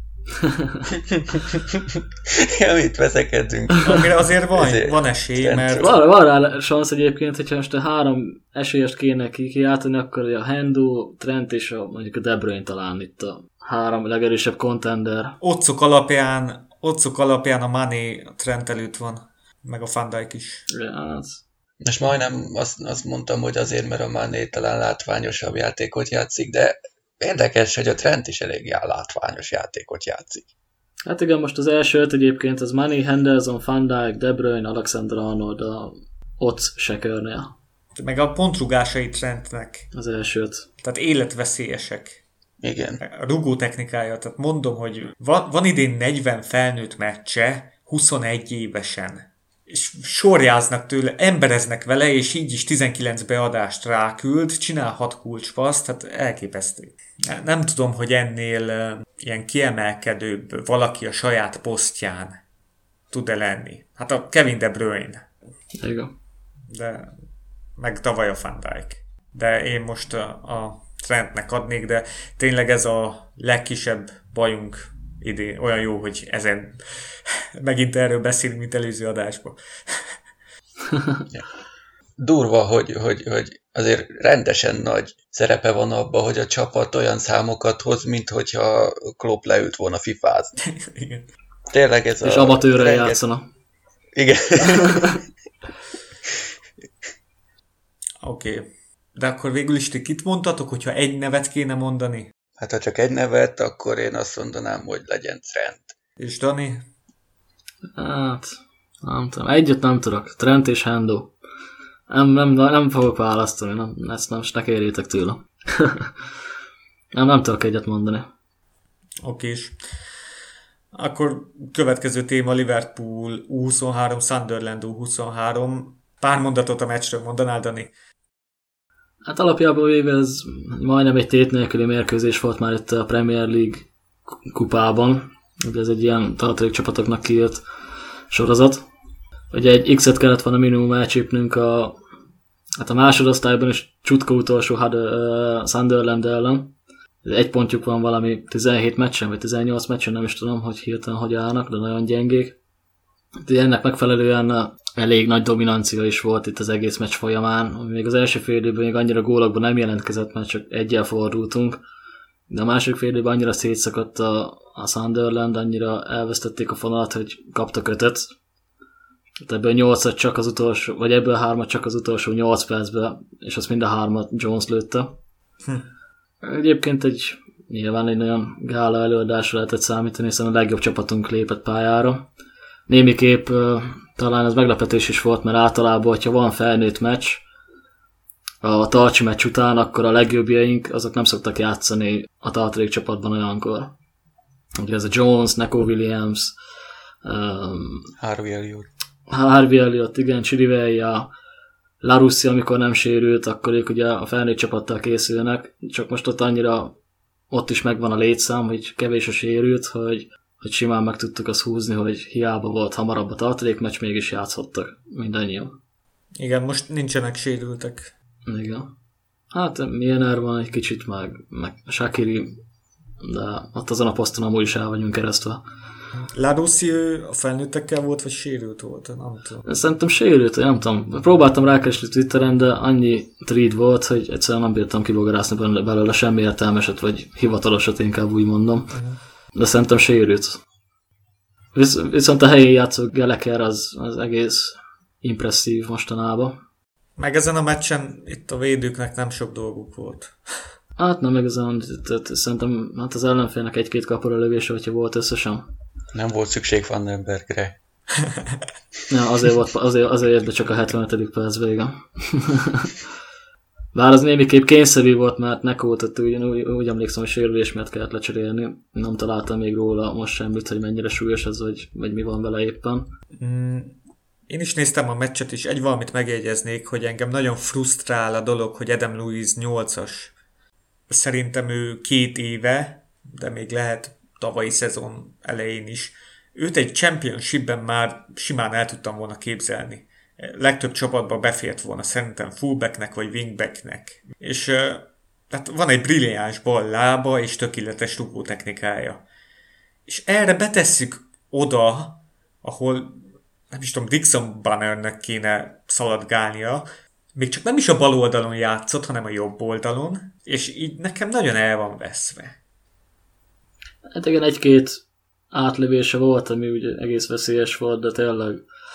Ja, mit veszekedünk. Amire azért van esély, mert... Van rá szansz egyébként, hogyha most a 3 esélyest kéne kiáltani, akkor a Hendo, Trent és mondjuk a De Bruyne talán itt a 3 legerősebb contender. Otcok alapján a Mané Trent előtt van, meg a Van Dijk is. Ja, most majdnem azt mondtam, hogy azért, mert a Mané talán látványosabb játékot játszik, de érdekes, hogy a Trent is elég látványos játékot játszik. Hát igen, most az első 5 egyébként az Mané, Henderson, Van Dijk, De Bruyne, Alexander-Arnold a Otz Shakirnél. Meg a pontrugásai Trentnek. Az első 5. Tehát életveszélyesek. Igen. A rugó technikája, tehát mondom, hogy van idén 40 felnőtt meccse, 21 évesen. És sorjáznak tőle, embereznek vele, és így is 19 beadást ráküld, csinál 6 kulcspaszt, tehát elképesztő. Nem tudom, hogy ennél ilyen kiemelkedőbb valaki a saját posztján tud-e lenni. Hát a Kevin De Bruyne. Igen. De meg tavaly a Van Dijk. De én most a Trentnek adnék, de tényleg ez a legkisebb bajunk idén. Olyan jó, hogy ezen megint erről beszélünk, mint előző adásban. Durva, hogy azért rendesen nagy szerepe van abban, hogy a csapat olyan számokat hoz, mint hogyha Klopp leült volna fifázni. Igen. Tényleg ez és amatőrrel játszana. Igen. Oké. De akkor végül is ti kit mondtatok, hogyha egy nevet kéne mondani? Hát ha csak egy nevet, akkor én azt mondanám, hogy legyen Trent. És Dani? Hát, nem tudom. Egyet nem tudok. Trent és Hendo. Nem fogok választani. Ezt nem, ne kérjétek tőle. nem tudok egyet mondani. Okés. Akkor következő téma Liverpool U23, Sunderland U23. Pár mondatot a meccsről mondanál, Dani? Hát alapjában véve ez majdnem egy tét nélküli mérkőzés volt már itt a Premier League kupában. Ez egy ilyen tartalék csapatoknak kiírt sorozat. Ugye egy X-et kellett volna minimum elcsípnünk a másodosztályban is csutka utolsó Sunderland ellen. Egy pontjuk van valami 17 meccsen, vagy 18 meccsen, nem is tudom, hogy hirtelen hogy állnak, de nagyon gyengék. De ennek megfelelően elég nagy dominancia is volt itt az egész meccs folyamán. Még az első fél időben még annyira gólokban nem jelentkezett, mert csak egyel fordultunk. De a második fél időben annyira szétszakadt a Sunderland, annyira elvesztették a fonalat, hogy kaptak 5-öt. Ebből 8-at csak az utolsó, vagy ebből 3-at csak az utolsó 8 percben, és azt mind a 3-at Jones lőtte. Egyébként nyilván egy nagyon gála előadásra lehetett számítani, hiszen a legjobb csapatunk lépett pályára. Némiképp talán ez meglepetés is volt, mert általában, hogyha van felnőtt meccs, a tartsi meccs után, akkor a legjobbjaink azok nem szoktak játszani a tartalék csapatban olyankor. Ugye ez a Jones, Neco Williams, Harvey Elliott, igen, Chirivella, Larussi, amikor nem sérült, akkor ők ugye a felnőtt csapattal készülnek, csak most ott is megvan a létszám, hogy kevés a sérült, hogy simán meg tudtuk azt húzni, hogy hiába volt hamarabb a tartalékmeccs, mégis játszhattak mindannyian. Igen, most nincsenek sérültek. Igen. Hát Milner van egy kicsit, meg Shaqiri, de ott azon a poszton amúgy is el vagyunk keresztve. Larussi a felnőttekkel volt, vagy sérült volt? Nem tudom. Szerintem sérült, nem tudom. Próbáltam rákeresni Twitteren, de annyi tweet volt, hogy egyszerűen nem bírtam kibogarászni belőle semmi értelmeset, vagy hivatalosat, inkább úgy mondom. De szerintem sérült. Viszont a helyén játszó Gallagher az egész impresszív mostanában. Meg ezen a meccsen itt a védőknek nem sok dolguk volt. Hát nem igazán, szerintem hát az ellenfélnek egy-két kapura lövése, hogyha volt összesen. Nem volt szükség Vandenbergre. Ja, azért jött be csak a 75. percben, igen. Bár az némiképp kényszerű volt, mert Nekót úgy emlékszem, hogy sérülés miatt kellett lecserélni. Nem találtam még róla most semmit, hogy mennyire súlyos ez, vagy mi van vele éppen. Én is néztem a meccset, és egy valamit megjegyeznék, hogy engem nagyon frusztrál a dolog, hogy Adam Lewis 8-as. Szerintem ő 2 éve, de még lehet tavalyi szezon elején is. Őt egy championshipben már simán el tudtam volna képzelni. Legtöbb csapatban befért volna szerintem fullbacknek vagy wingbacknek. És tehát van egy brilliáns bal lába és tökéletes rugó technikája. És erre betesszük oda, ahol nem is tudom, Dixon Bannernek kéne szaladgálnia, még csak nem is a bal oldalon játszott, hanem a jobb oldalon, és így nekem nagyon el van veszve. Hát igen, egy-két átlövése volt, ami ugye egész veszélyes volt, de tényleg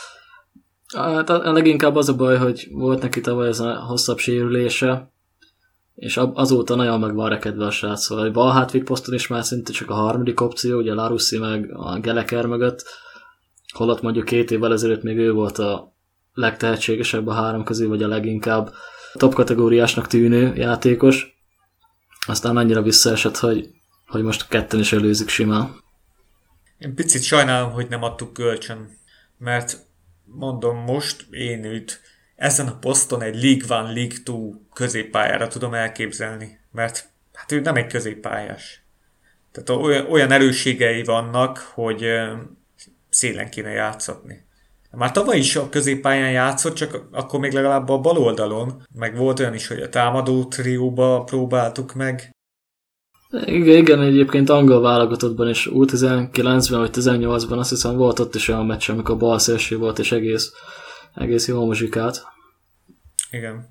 hát leginkább az a baj, hogy volt neki tavaly ez a hosszabb sérülése, és azóta nagyon meg van rekedve a srác, szóval bal hátvéd poszton is már szinte csak a harmadik opció, ugye Larussi meg a Geleker mögött, holott mondjuk 2 évvel ezelőtt még ő volt a legtehetségesebb a 3 közül, vagy a leginkább top kategóriásnak tűnő játékos. Aztán annyira visszaesett, hogy most ketten is előzik simán. Én picit sajnálom, hogy nem adtuk kölcsön, mert mondom most én őt ezen a poszton egy League One, League 2 középpályára tudom elképzelni, mert hát ő nem egy középpályás. Tehát olyan erősségei vannak, hogy szélen kéne játszatni. Már tavaly is a középpályán játszott, csak akkor még legalább a bal oldalon, meg volt olyan is, hogy a támadó trióba próbáltuk meg. Igen, egyébként angol válogatottban is U19-ben vagy 18-ban azt hiszem volt ott is olyan meccs, amikor bal szélső volt, és egész jól muzsikált. Igen.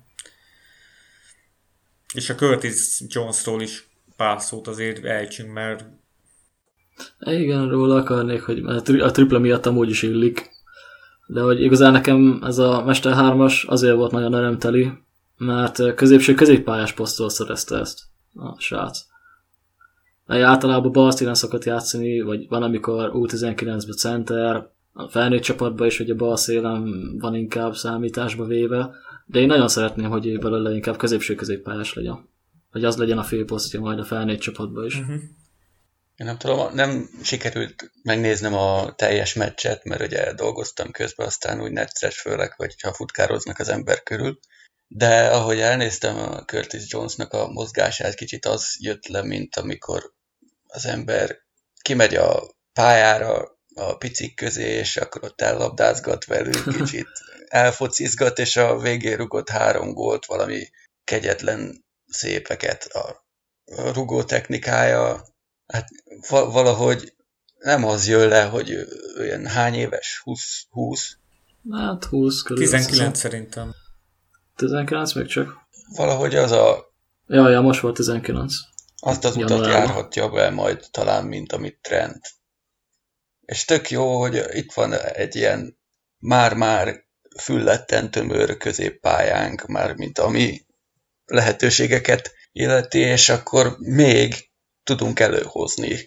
És a Curtis Jonesról is pár szót azért ejtsünk, mert... Igen, róla akarnék, hogy a tripla miatt amúgy is illik. De hogy igazán nekem ez a Mester 3-as azért volt nagyon örömteli, mert középpályás posztól szerezte ezt a srác. Általában bal színen szokott játszani, vagy van, amikor U19-ben center, a felnőtt csapatban is ugye bal szélen van inkább számításba véve, de én nagyon szeretném, hogy ő belőle inkább középpályás legyen. Hogy az legyen a főposztja majd a felnőtt csapatban is. Uh-huh. Én nem tudom, nem sikerült megnéznem a teljes meccset, mert ugye dolgoztam közben, aztán úgy netres főleg, vagy ha futkároznak az ember körül. De ahogy elnéztem a Curtis Jonesnak a mozgását, kicsit az jött le, mint amikor az ember kimegy a pályára a picik közé, és akkor ott ellabdázgat velük, kicsit elfocizgat, és a végén rugott 3 gólt, valami kegyetlen szépeket. A rugó technikája, hát valahogy nem az jön le, hogy olyan hány éves? 20? Hát 20 körül. 19 szerintem. 19 még csak? Valahogy az a... Ja, most volt 19. Azt az utat járhatja be majd talán, mint amit Trent. És tök jó, hogy itt van egy ilyen már-már fülletten tömör középpályánk, már mint ami lehetőségeket illeti, és akkor még tudunk előhozni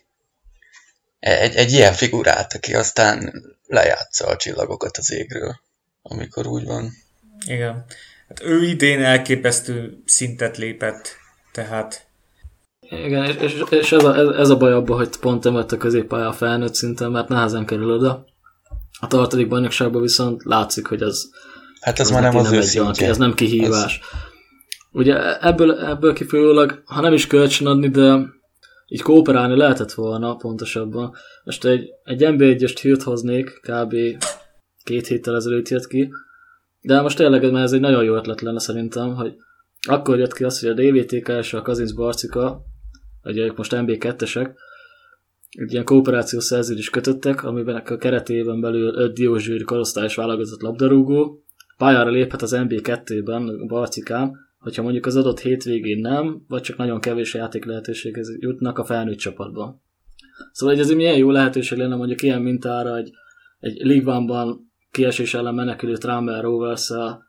egy ilyen figurát, aki aztán lejátsza a csillagokat az égről, amikor úgy van. Igen. Hát ő idén elképesztő szintet lépett, tehát... Igen, és ez a baj abban, hogy pont emelt a középpálya a felnőtt szinten, mert nehezen kerül oda. A tartalék bajnokságban viszont látszik, hogy ez... Hát ez már nem az ő szintje. Ez nem kihívás. Ugye ebből kifolyólag, ha nem is kölcsön adni, de így kooperálni lehetett volna pontosabban. Most egy NB1-est hírt hoznék, kb. 2 héttel ezelőtt jött ki, de most tényleg ez egy nagyon jó ötlet lenne szerintem, hogy akkor jött ki az, hogy a DVTK és a Kazinc Barcika, ugye ők most NB2-esek, egy ilyen kooperációs szerződést kötöttek, amiben a keretében belül 5 diózsűri korosztályos válogatott labdarúgó pályára léphet az NB2-ben, Barcikán, hogyha mondjuk az adott hétvégén nem, vagy csak nagyon kevés játék lehetőséghez jutnak a felnőtt csapatban. Szóval ez egy milyen jó lehetőség lenne mondjuk ilyen mintára egy League One-ban kiesés ellen menekülő Tranmere Rovers-szel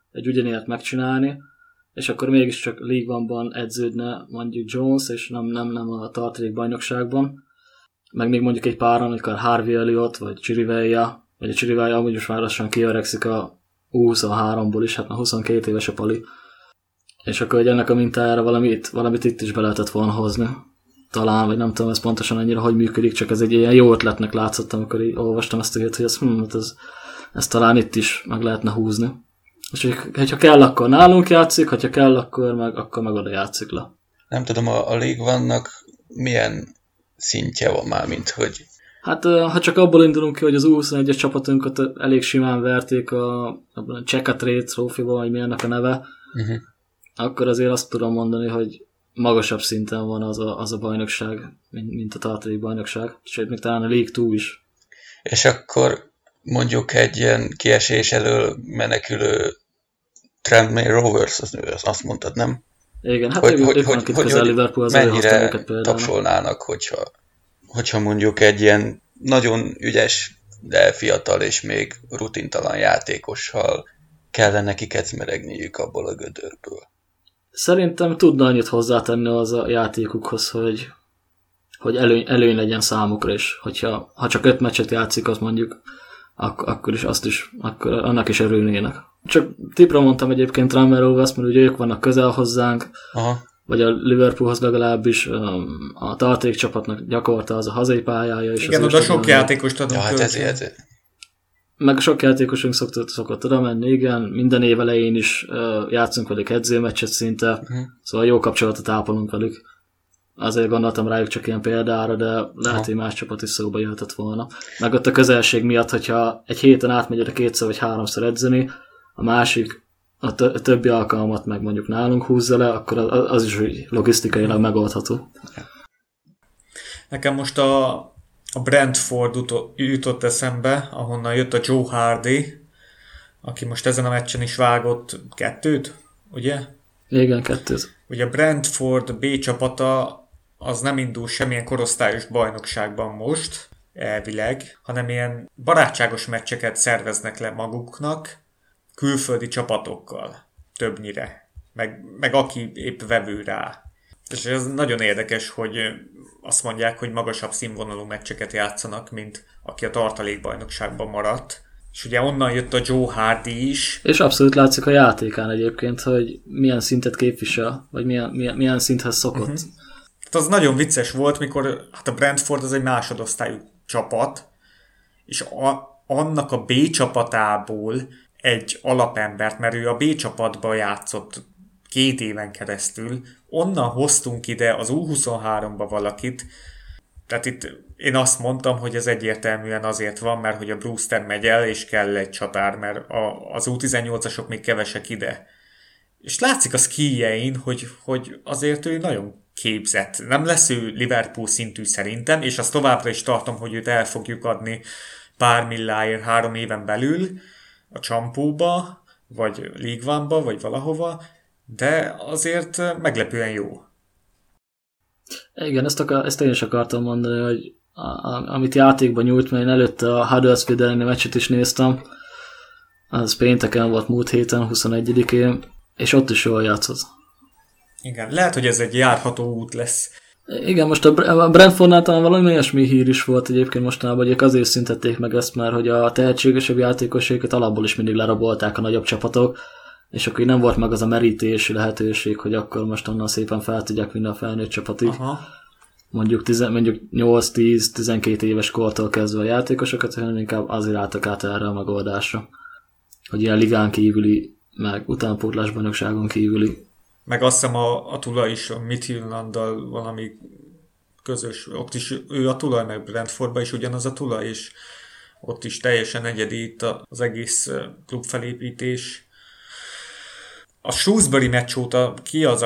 egy ugyanilyet megcsinálni, és akkor mégiscsak League One-ban edződne mondjuk Jones, és nem a tartalék bajnokságban. Meg még mondjuk egy páran, amikor Harvey Elliott, vagy Chirivella, vagy a Chirivella amúgy most már lassan kiöregszik a U23-ból is, hát már 22 éves a pali. És akkor ennek a mintájára valamit itt is be lehetett volna hozni. Talán, vagy nem tudom, ez pontosan annyira, hogy működik, csak ez egy ilyen jó ötletnek látszott, amikor így olvastam ezt a hírt, hogy ez talán itt is meg lehetne húzni. És hogyha kell, akkor nálunk játszik, hogyha kell, akkor meg oda játszik le. Nem tudom, a League One-nak milyen szintje van már, mint hogy... Hát, ha csak abból indulunk ki, hogy az U21-es csapatunkat elég simán verték a Checkatrade trófiba, vagy mi ennek a neve, akkor azért azt tudom mondani, hogy magasabb szinten van az a bajnokság, mint a tartalék bajnokság, sőt, még talán a League 2 is. És akkor mondjuk egy ilyen kiesés elől menekülő Tranmere Rovers, azt mondtad, nem? Igen, hát ők vannak itt közel Liverpool, az mennyire tapsolnának, hogyha mondjuk egy ilyen nagyon ügyes, de fiatal és még rutintalan játékossal kellene nekik ecmeregniük abból a gödörből. Szerintem tudna annyit hozzátenni az a játékukhoz, hogy előny legyen számukra is. Ha csak 5 meccset játszik, az mondjuk, akkor annak is örülnének. Csak tipra mondtam egyébként Tranmere Rovers, mert ugye ők vannak közel hozzánk, vagy a Liverpoolhoz legalábbis, a tartalék csapatnak gyakorta az a hazai pályája. És igen, oda sok játékost adunk. Ja, hát ezért. Meg sok játékosunk szokott oda menni, igen, minden év elején is játszunk velük edzőmeccset szinte, szóval jó kapcsolatot ápolunk velük. Azért gondoltam rájuk csak ilyen példára, de lehet, hogy más csapat is szóba jöhetett volna. Meg ott a közelség miatt, hogyha egy héten átmegy oda 2 vagy 3-szor edzeni, a másik a többi alkalmat meg mondjuk nálunk húzza le, akkor az is logisztikailag megoldható. Nekem most a Brentford jutott eszembe, ahonnan jött a Joe Hardy, aki most ezen a meccsen is vágott 2, ugye? Igen, 2. Ugye a Brentford B csapata az nem indul semmilyen korosztályos bajnokságban most, elvileg, hanem ilyen barátságos meccseket szerveznek le maguknak, külföldi csapatokkal, többnyire, meg aki épp vevő rá. És ez nagyon érdekes, hogy azt mondják, hogy magasabb színvonalú meccseket játszanak, mint aki a tartalékbajnokságban maradt. És ugye onnan jött a Joe Hardy is. És abszolút látszik a játékán egyébként, hogy milyen szintet képvisel, vagy milyen szinthez szokott. Hát az nagyon vicces volt, mikor hát a Brentford az egy másodosztályú csapat, és annak a B csapatából egy alapembert, mert ő a B csapatban játszott 2 éven keresztül, onnan hoztunk ide az U23-ba valakit, tehát itt én azt mondtam, hogy ez egyértelműen azért van, mert hogy a Brewster megy el, és kell egy csatár, mert az U18-asok még kevesek ide. És látszik a skijjein, hogy azért ő nagyon képzett. Nem lesz ő Liverpool szintű szerintem, és azt továbbra is tartom, hogy őt el fogjuk adni pár milláért 3 éven belül a Csampóba, vagy League One-ba, vagy valahova, de azért meglepően jó. Igen, ezt én is akartam mondani, hogy amit játékban nyújt, mert én előtte a Huddersfield elleni meccset is néztem, az pénteken volt múlt héten, 21-én, és ott is jól játszott. Igen, lehet, hogy ez egy járható út lesz. Igen, most a Brentfordnál talán valami olyasmi hír is volt egyébként mostanában, hogy azért szüntették meg ezt már, hogy a tehetségesebb játékosaikat alapból is mindig lerabolták a nagyobb csapatok, és akkor nem volt meg az a merítési lehetőség, hogy akkor most onnan szépen fel tudják vinni a felnőtt csapatig. Aha. Mondjuk 8-10-12 éves kortól kezdve a játékosokat, hanem inkább azért álltak át erre a megoldásra. Hogy ilyen ligán kívüli, meg utánpótlásbajnokságon kívüli. Meg azt hiszem a tulaj is a Midtjyllanddal valami közös, ott is ő a tulaj, meg Brentfordban is ugyanaz a tulaj, és ott is teljesen egyedi itt az egész klubfelépítés. A Shrewsbury meccs óta ki az,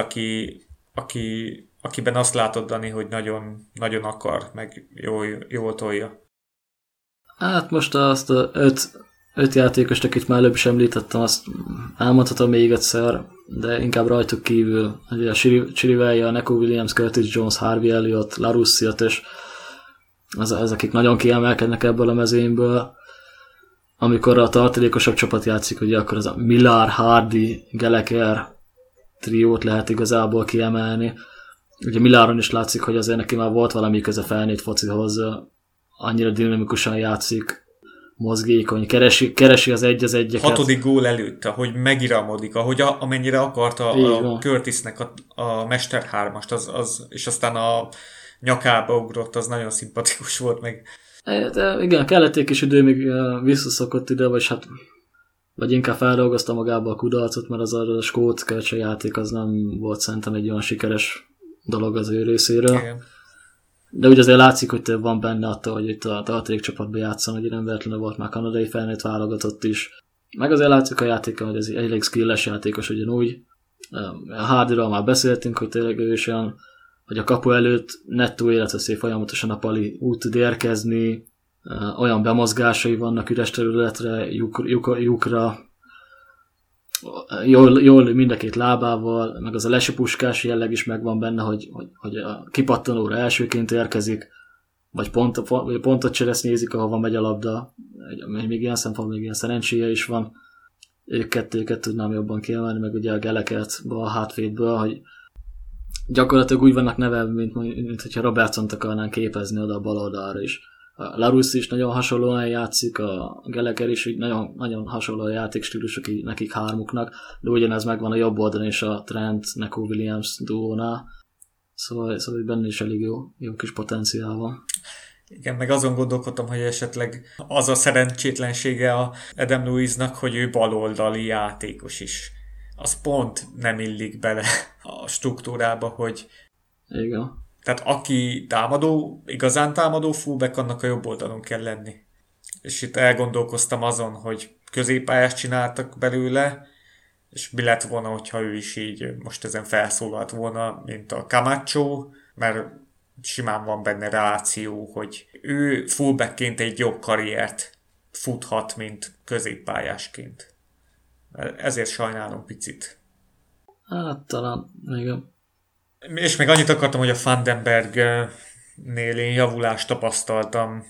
akiben azt látod, Dani, hogy nagyon, nagyon akar, meg jól tolja? Hát most azt a 5 játékost, akit már előbb is említettem, azt elmondhatom még egyszer, de inkább rajtuk kívül. Ugye a Chirivella, Neco Williams, Curtis Jones, Harvey Elliott, Larussiat, és az akik nagyon kiemelkednek ebből a mezőnyből. amikor a tartalékosabb csapat játszik, ugye akkor az a Millar, Hardy, Gallagher triót lehet igazából kiemelni. Ugye Millaron is látszik, hogy azért neki már volt valami köze felnőtt focihoz, annyira dinamikusan játszik, mozgékony, keresi az egyeket. 6. gól előtt, ahogy megiramodik, ahogy amennyire akarta a Curtisnek a Mester 3-ast, és aztán a nyakába ugrott, az nagyon szimpatikus volt meg. De igen, kellett egy kis idő, még visszaszokott ide, vagy inkább feldolgozta magába a kudarcot, mert az a skót kölcsönjáték az nem volt szerintem egy olyan sikeres dolog az ő részéről. Igen. De úgy azért látszik, hogy több van benne attól, hogy itt a tartalék csapatban játszan, hogy nem véletlenül volt már kanadai felnőtt válogatott is. Meg azért látszik a játéka, hogy ez egy elég skilles játékos ugyanúgy. A Hardyról már beszéltünk, hogy tényleg ő is olyan, hogy a kapu előtt nettó életveszély folyamatosan a pali úgy tud érkezni, olyan bemozgásai vannak üres területre, lyukra, jól mind a két lábával, meg az a lesipuskás jelleg is megvan benne, hogy a kipattanóra elsőként érkezik, vagy pontot cseresznyézik, ahova megy a labda. Még ilyen szempontból, még ilyen szerencséje is van. Őket tudnám jobban kiemelni, meg ugye a Gallagher-t a hátvédből, hogy gyakorlatilag úgy vannak neve, mint hogyha Robertsont akarnánk képezni oda a bal oldalra is. A Larusse is nagyon hasonlóan játszik, a Gallagher is nagyon, nagyon hasonló a játékstílusok nekik hármuknak, de ugyanez megvan a jobb oldalon és a Trent, Neco Williams duónál. Szóval benne is elég jó kis potenciál van. Igen, meg azon gondolkodtam, hogy esetleg az a szerencsétlensége a Adam Lewisnak, hogy ő baloldali játékos is. Az pont nem illik bele a struktúrába, hogy... Igen. Tehát aki igazán támadó fullback, annak a jobb oldalon kell lenni. És itt elgondolkoztam azon, hogy középpályást csináltak belőle, és mi lett volna, hogyha ő is így most ezen felszólalt volna, mint a Camacho, mert simán van benne ráció, hogy ő fullbackként egy jobb karriert futhat, mint középpályásként. Ezért sajnálom picit. Hát talán, igen. És még annyit akartam, hogy a Vandenbergnél én javulást tapasztaltam.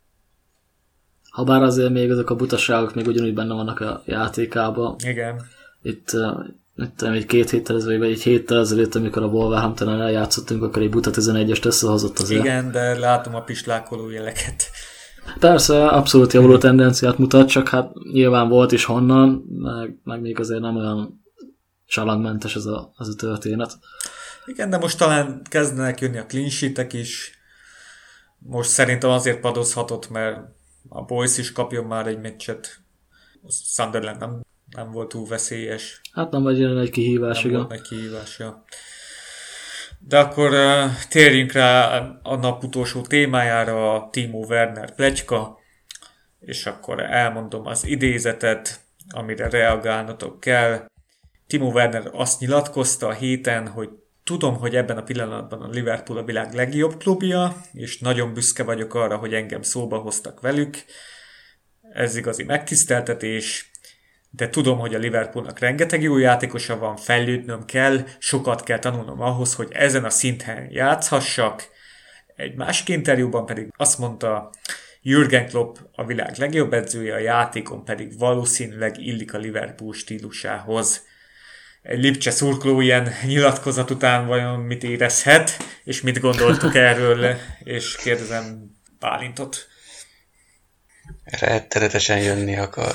Habár azért még ezek a butaságok még ugyanúgy benne vannak a játékában. Igen. Itt egy 2 héttel ezelőtt, vagy egy héttel ezelőtt, amikor a Wolverhamptonon eljátszottunk, akkor egy buta 11-est összehozott azért. Igen, de látom a pislákoló jeleket. Persze, abszolút javuló tendenciát mutat, csak hát nyilván volt is honnan, meg még azért nem olyan csalangmentes ez a történet. Igen, de most talán kezdenek jönni a clean sheetek is. Most szerintem azért padozhatott, mert a Boys is kapjon már egy meccset. A Sunderland nem volt túl veszélyes. Hát nem vagy ilyen egy kihívás, igen. Nem volt egy kihívás, ja. De akkor térjünk rá a nap utolsó témájára, a Timo Werner pletyka, és akkor elmondom az idézetet, amire reagálnotok kell. Timo Werner azt nyilatkozta a héten, hogy tudom, hogy ebben a pillanatban a Liverpool a világ legjobb klubja, és nagyon büszke vagyok arra, hogy engem szóba hoztak velük. Ez igazi megtiszteltetés, de tudom, hogy a Liverpoolnak rengeteg jó játékosa van, fejlődnöm kell, sokat kell tanulnom ahhoz, hogy ezen a szinten játszhassak. Egy másik interjúban pedig azt mondta, Jürgen Klopp a világ legjobb edzője, a játékon pedig valószínűleg illik a Liverpool stílusához. Egy Lipcse szurkoló ilyen nyilatkozat után vajon mit érezhet, és mit gondoltuk erről, és kérdezem Bálintot. Rettenetesen jönni akar.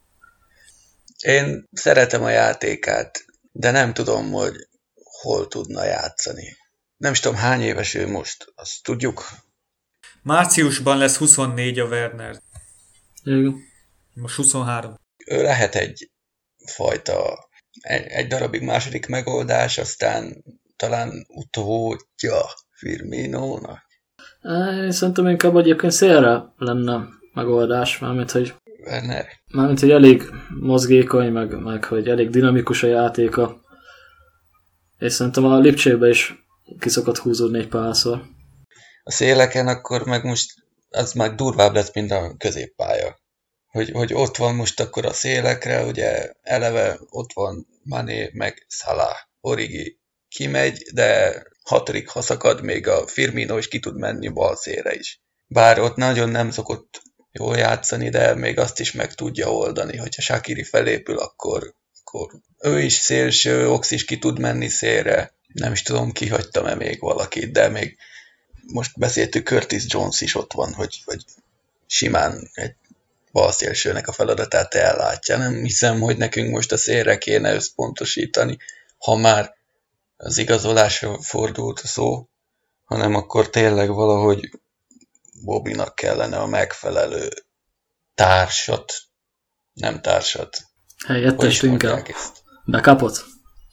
Én szeretem a játékát, de nem tudom, hogy hol tudna játszani. Nem is tudom, hány éves ő most, azt tudjuk? Márciusban lesz 24 a Werner. Igen. Most 23. Ő lehet egy darabig második megoldás, aztán talán utódja Firminónak. Én szerintem inkább egyébként szélre lenne megoldás, mármint, hogy Werner. Mármint, hogy elég mozgékony, meg hogy elég dinamikus a játéka. És szerintem a Lipcsébe is ki szokott húzódni egy párszor. A széleken akkor meg most az már durvább lesz, mint a középpálya. Hogy ott van most akkor a szélekre, ugye eleve ott van Mané meg Salah. Origi kimegy, de 6. ha szakad, még a Firmino is ki tud menni bal szélre is. Bár ott nagyon nem szokott jól játszani, de még azt is meg tudja oldani, hogyha Shaqiri felépül, akkor ő is szélső, Ox is ki tud menni szélre. Nem is tudom, kihagytam-e még valakit, de még most beszéltük, Curtis Jones is ott van, hogy simán egy balszélsőnek a feladatát ellátja. Nem hiszem, hogy nekünk most a szélre kéne összpontosítani, ha már az igazolásra fordult a szó, hanem akkor tényleg valahogy Bobbynak kellene a megfelelő társat. Helyettest inkább. Bekapott?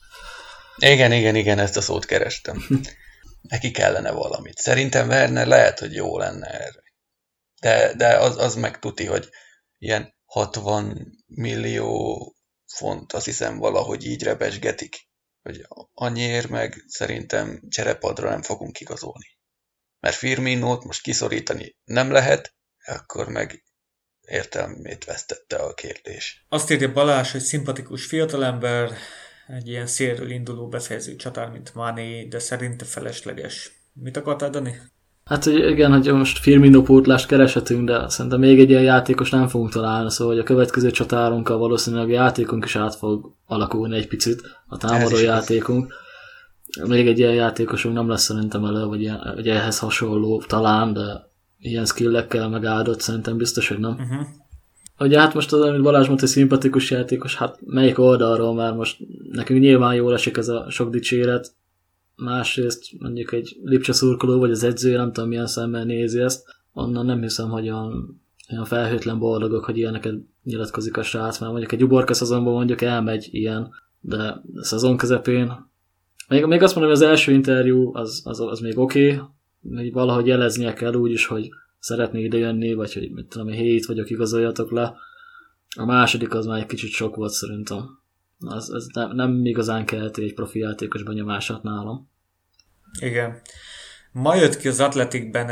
Igen, ezt a szót kerestem. Neki kellene valamit. Szerintem Werner lehet, hogy jó lenne erre. De az meg tuti, hogy ilyen 60 millió font, azt hiszem valahogy így rebesgetik, hogy annyiért meg szerintem cserepadra nem fogunk igazolni. Mert Firminót most kiszorítani nem lehet, akkor meg értelmét vesztette a kérdés. Azt írja Balázs, hogy szimpatikus fiatalember, egy ilyen szélről induló befejező csatár, mint Mané, de szerinte felesleges. Mit akartál, Dani? Hát igen, hogy most Firmino pótlást kereshetünk, de szerintem még egy ilyen játékos nem fogunk találni, szóval hogy a következő csatárunkkal valószínűleg a játékunk is át fog alakulni egy picit, a támadó játékunk. Még egy ilyen játékosunk nem lesz szerintem elő, vagy ehhez hasonló talán, de ilyen skillekkel megáldott szerintem biztos, hogy nem. Uh-huh. Ugye hát most az, amit Balázs mondta, hogy szimpatikus játékos, hát melyik oldalról már most nekünk nyilván jól esik ez a sok dicséret, másrészt mondjuk egy Lipcse szurkoló, vagy az edző, nem tudom milyen szemmel nézi ezt, onnan nem hiszem, hogy olyan felhőtlen boldogok, hogy ilyeneket nyilatkozik a srác, mert mondjuk egy uborka szezonban mondjuk elmegy ilyen, de a szezon közepén még azt mondom, hogy az első interjú az még oké, még valahogy jeleznie kell úgy is, hogy szeretné idejönni, vagy hogy mit tudom, hét vagyok, igazoljatok le. A második az már egy kicsit sok volt szerintem. Az nem igazán kelti egy profi játékos benyomását nálam. Igen. Ma jött ki az Athleticben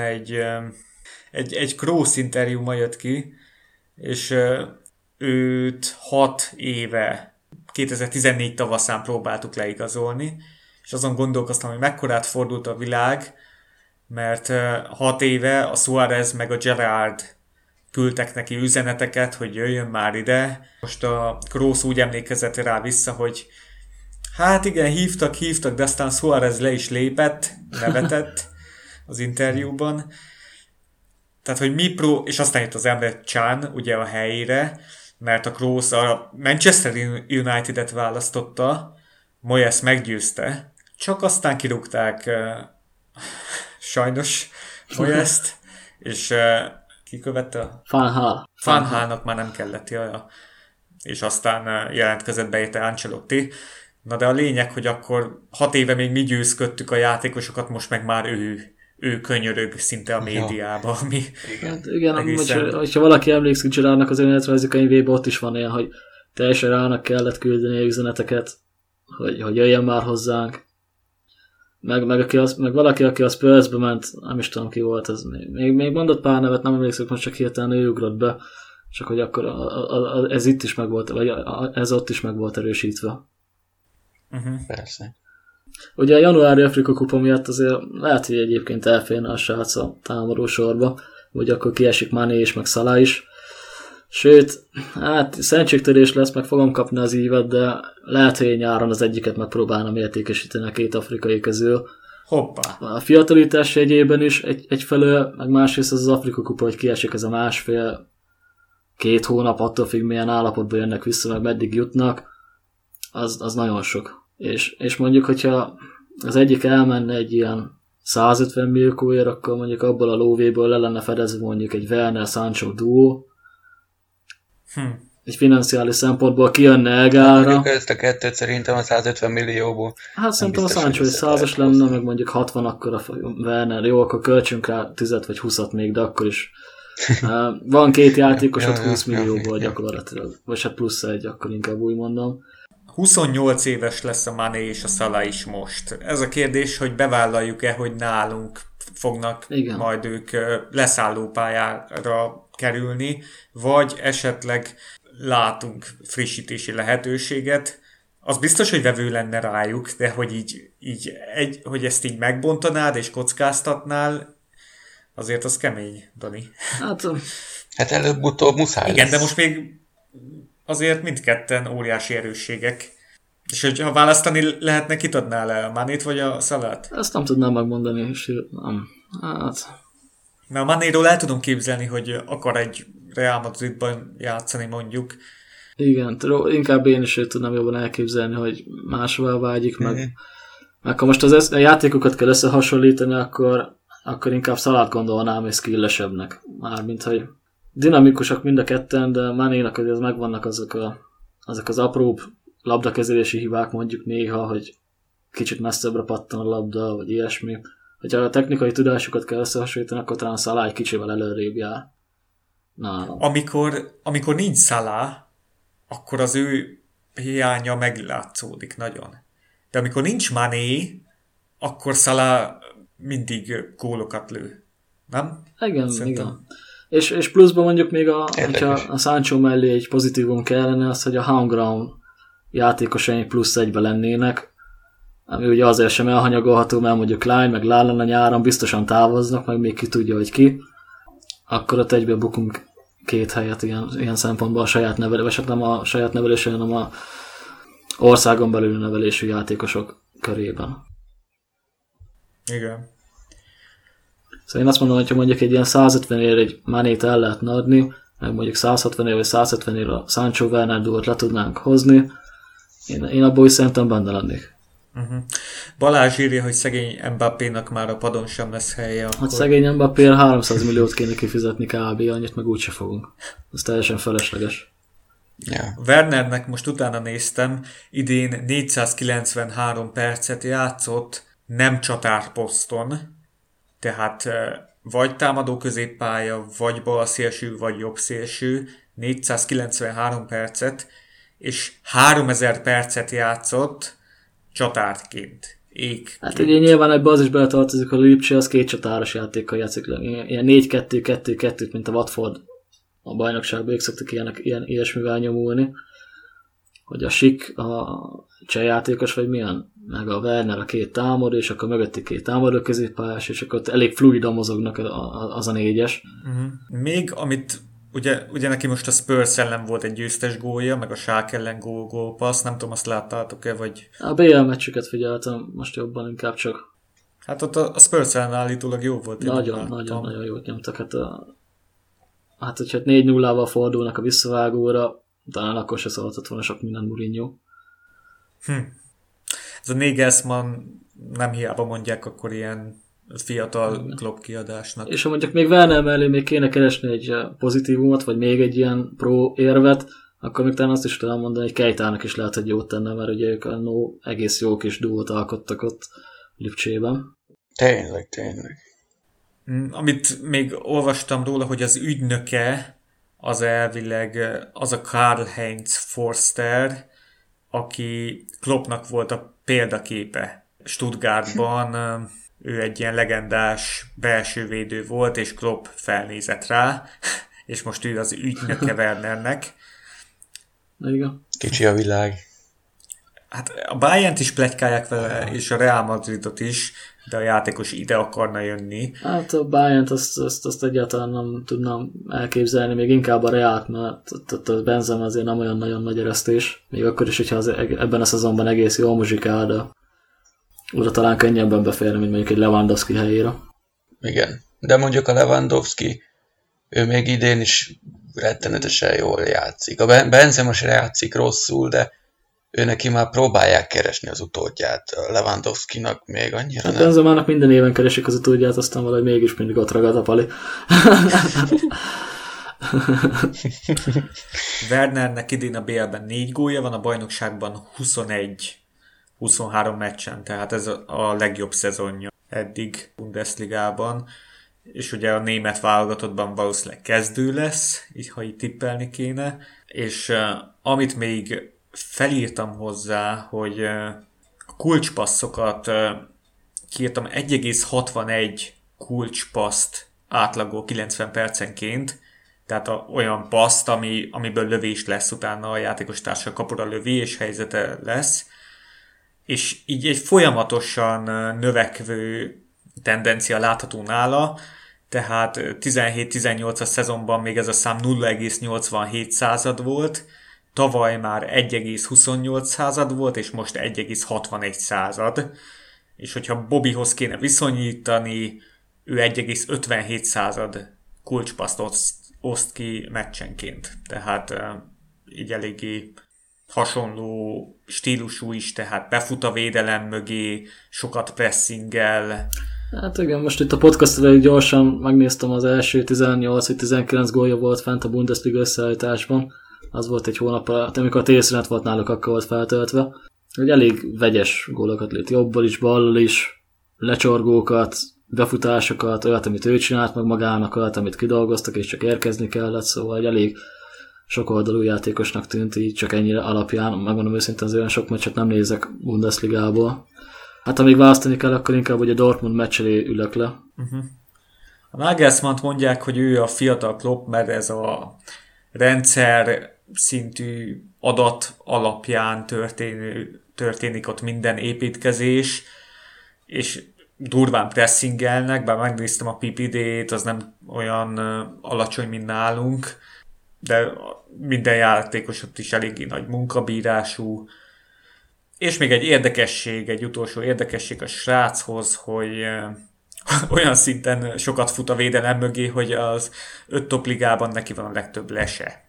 egy Kroos interjú ma jött ki, és őt 6 éve, 2014 tavaszán próbáltuk leigazolni, és azon gondolkoztam, hogy mekkorát fordult a világ, mert 6 éve a Suárez meg a Gerrard küldtek neki üzeneteket, hogy jöjjön már ide. Most a Kroos úgy emlékezett rá vissza, hogy hát igen, hívtak, de aztán Suárez le is lépett, nevetett az interjúban. Tehát, hogy és aztán jött az Emre Can ugye a helyére, mert a Kroos a Manchester United-et választotta, Moyes meggyőzte, csak aztán kirúgták sajnos Moyest, és ki követte? Van Haalnak már nem kellett, jaja. És aztán jelentkezett be érte Ancelotti. Na de a lényeg, hogy akkor 6 éve még mi győzködtük a játékosokat, most meg már ő könyörög szinte a médiában. Ami igen, hogyha valaki emlékszik Gerrardnak az önéletrajzi könyvében, ott is van ilyen, hogy teljesen rának kellett küldeni a üzeneteket, hogy jöjjön már hozzánk. Meg valaki, aki a Spursbe ment, nem is tudom ki volt, ez még mondott pár nevet, nem emlékszem, most csak hirtelen ő ugrott be, csak hogy akkor ez itt is meg volt, vagy ez ott is meg volt erősítve. Uh-huh. Persze. Ugye a januári Afrika kupa miatt azért lehet, hogy egyébként elférne a srác a támadó sorba, vagy akkor kiesik Mané és meg Salah is. Sőt, hát szentségtörés lesz, meg fogom kapni az ívet, de lehet, hogy nyáron az egyiket megpróbálnam értékesíteni a 2 afrikai közül. Hoppá! A fiatalítás jegyében is egyfelől, meg másrészt az Afrika kupa, hogy kiesik ez a 1,5-2 hónap, attól függ, milyen állapotban jönnek vissza, meg meddig jutnak, az nagyon sok. És mondjuk, hogyha az egyik elmenne egy ilyen 150 millióért, akkor mondjuk abból a lóvéből le lenne fedezve mondjuk egy Werner-Sancho duó, egy financiális szempontból kijönne Elgára. Ezt a kettőt szerintem a 150 millióból. Hát szerintem a Sancho egy 100-as lenne, meg mondjuk 60, akkor a Werner. Jó, akkor költsünk rá 10 vagy 20-at még, de akkor is. Van 2 játékosod 20 millióból gyakorlatilag. Vagy hát plusz egy, akkor inkább úgy mondom. 28 éves lesz a Mané és a Salah is most. Ez a kérdés, hogy bevállaljuk-e, hogy nálunk fognak majd ők leszállópályára kerülni, vagy esetleg látunk frissítési lehetőséget. Az biztos, hogy vevő lenne rájuk, de hogy hogy ezt így megbontanád és kockáztatnál, azért az kemény, Dani. Hát Hát előbb-utóbb muszáj igen, lesz. de most még azért mindketten óriási erősségek. És hogyha választani lehetne, kit adnál le, a Manét vagy a Salát? Ezt nem tudnám megmondani, és nem. Hát... Mert a Manéról el tudom képzelni, hogy akar egy Real Madridban játszani mondjuk. Igen, inkább én is tudnám jobban elképzelni, hogy máshová vágyik, meg ha most a játékokat kell összehasonlítani, akkor inkább Salát gondolnám egy skillesebbnek. Mármint, hogy dinamikusak mind a ketten, de Manénak azért megvannak azok az apróbb labdakezelési hibák, mondjuk néha, hogy kicsit messzebbre pattan a labda, vagy ilyesmi. Hogyha a technikai tudásukat kell összehasonlítani, akkor talán Salah egy kicsivel előrébb jár. Amikor nincs Salah, akkor az ő hiánya meglátszódik nagyon. De amikor nincs Mané, akkor Salah mindig gólokat lő. Nem? Igen. És pluszban mondjuk még hogyha a Sancho mellé egy pozitívum kellene, az, hogy a home ground játékosai plusz egybe lennének, ami ugye azért sem elhanyagolható, mert mondjuk Klein meg Lallana nyáron biztosan távoznak, meg még ki tudja, hogy ki, akkor ott egybe bukunk 2 helyet ilyen szempontból a saját nevelés, vagy nem a saját nevelésű, hanem a országon belül nevelésű játékosok körében. Igen. Szóval én azt mondom, hogy mondjuk egy ilyen 150 ér egy Manét el lehetne adni, meg mondjuk 160 ér vagy 170 ér a Sancho Werner duót le tudnánk hozni, én abból is szerintem benne lennék. Balázs írja, hogy szegény Mbappénak már a padon sem lesz helye. Akkor... Hát szegény Mbappér 300 milliót kéne kifizetni kb. Annyit meg úgyse fogunk. Ez teljesen felesleges. Yeah. Wernernek most utána néztem, idén 493 percet játszott nem csatárposzton, tehát vagy támadó középpálya, vagy balszélső, vagy jobbszélső, 493 percet, és 3000 percet játszott csatárként. Hát ugye nyilván ebbe az is beletartozik, hogy a Lipcse az 2 csatáros játékkal játszik le. Ilyen 4-2-2-2, mint a Watford a bajnokságban, ők szoktak ilyesmivel nyomulni. Hogy a Schick a cseh játékos, vagy milyen, meg a Werner a 2 támadó, és akkor mögötti 2 támadó középpályás, és akkor ott elég fluidan mozognak az a 4-es. Még amit ugye neki most a Spurs ellen volt egy győztes gólja, meg a Schalke ellen gólpassz, nem tudom, azt láttátok-e, vagy... A BL meccsüket figyeltem, most jobban inkább csak. Hát ott a Spurs ellen állítólag jó volt. Nagyon jót nyomtak. Hát hogyha 4-0-val fordulnak a visszavágóra, talán akkor se szólhatott volna sok minden Mourinho. Ez a Nagelsmann nem hiába mondják akkor ilyen fiatal Klopp kiadásnak. És ha mondjuk még Werner mellé még kéne keresni egy pozitívumot, vagy még egy ilyen pro érvet, akkor még talán azt is tudom mondani, hogy Keitának is lehet, hogy jót tenne, mert ugye ők egész jó kis duót alkottak ott Lipcsében. Tényleg. Amit még olvastam róla, hogy az ügynöke az elvileg az a Karl-Heinz Forster, aki Kloppnak volt a példaképe Stuttgartban. Ő egy ilyen legendás belső védő volt, és Klopp felnézett rá, és most ő az ügynöke Wernernek. Igen. Kicsi a világ. Hát a Bayernt is pletykálják vele, és a Real Madridot is, de a játékos ide akarna jönni. Hát a Bayernt azt egyáltalán nem tudnám elképzelni, még inkább a Realt, mert a Benzema azért nem olyan nagyon nagy eresztés, még akkor is, hogyha ebben a szezonban egész jól muzsikál, de oda talán könnyebben beférni, mint mondjuk egy Lewandowski helyére. Igen, de mondjuk a Lewandowski, ő még idén is rettenetesen jól játszik. A Benzema se játszik rosszul, de ő neki már próbálják keresni az utódját. A Lewandowskinak még annyira nem. Benzemának minden éven keresik az utódját, aztán valahogy mégis mindig ott ragad a pali. Wernernek idén a BL-ben 4 gólja van, a bajnokságban 23 meccsen, tehát ez a legjobb szezonja eddig Bundesligában, és ugye a német válogatottban valószínűleg kezdő lesz, így ha így tippelni kéne, és amit még felírtam hozzá, hogy a kulcspasszokat kiírtam, 1,61 kulcspaszt átlagol 90 percenként, tehát olyan paszt, amiből lövés lesz utána a játékos társa kapura lövi, és helyzete lesz, és így egy folyamatosan növekvő tendencia látható nála, tehát 17-18-as szezonban még ez a szám 0,87 volt, tavaly már 1,28 volt, és most 1,61. És hogyha Bobbyhoz kéne viszonyítani, ő 1,57 kulcspaszt oszt ki meccsenként. Tehát így eléggé hasonló stílusú is, tehát befut a védelem mögé, sokat pressingel. Hát igen, most itt a podcastra gyorsan megnéztem, az első 18-19 gólja volt fent a Bundesliga összeállításban. Az volt egy hónap alatt, amikor a télszünet volt náluk, akkor volt feltöltve. Hogy elég vegyes gólokat lét, jobbal is, ballal is, lecsorgókat, befutásokat, olyat, amit ő csinált meg magának, olyat, amit kidolgoztak, és csak érkezni kellett, szóval egy elég sokoldalú játékosnak tűnt, így csak ennyire alapján, megmondom őszintén, az olyan sok meccset nem nézek Bundesligából. Hát amíg választani kell, akkor inkább hogy a Dortmund meccs elé ülök le. A Nagelsmann mondják, hogy ő a fiatal Klopp, mert ez a rendszer szintű adat alapján történik ott minden építkezés, és durván pressingelnek, bár megnéztem a PPD-t, az nem olyan alacsony, mint nálunk, de minden játékos ott is eléggé nagy munkabírású. És még egy utolsó érdekesség a sráchoz, hogy olyan szinten sokat fut a védelem mögé, hogy az 5 top ligában neki van a legtöbb lese.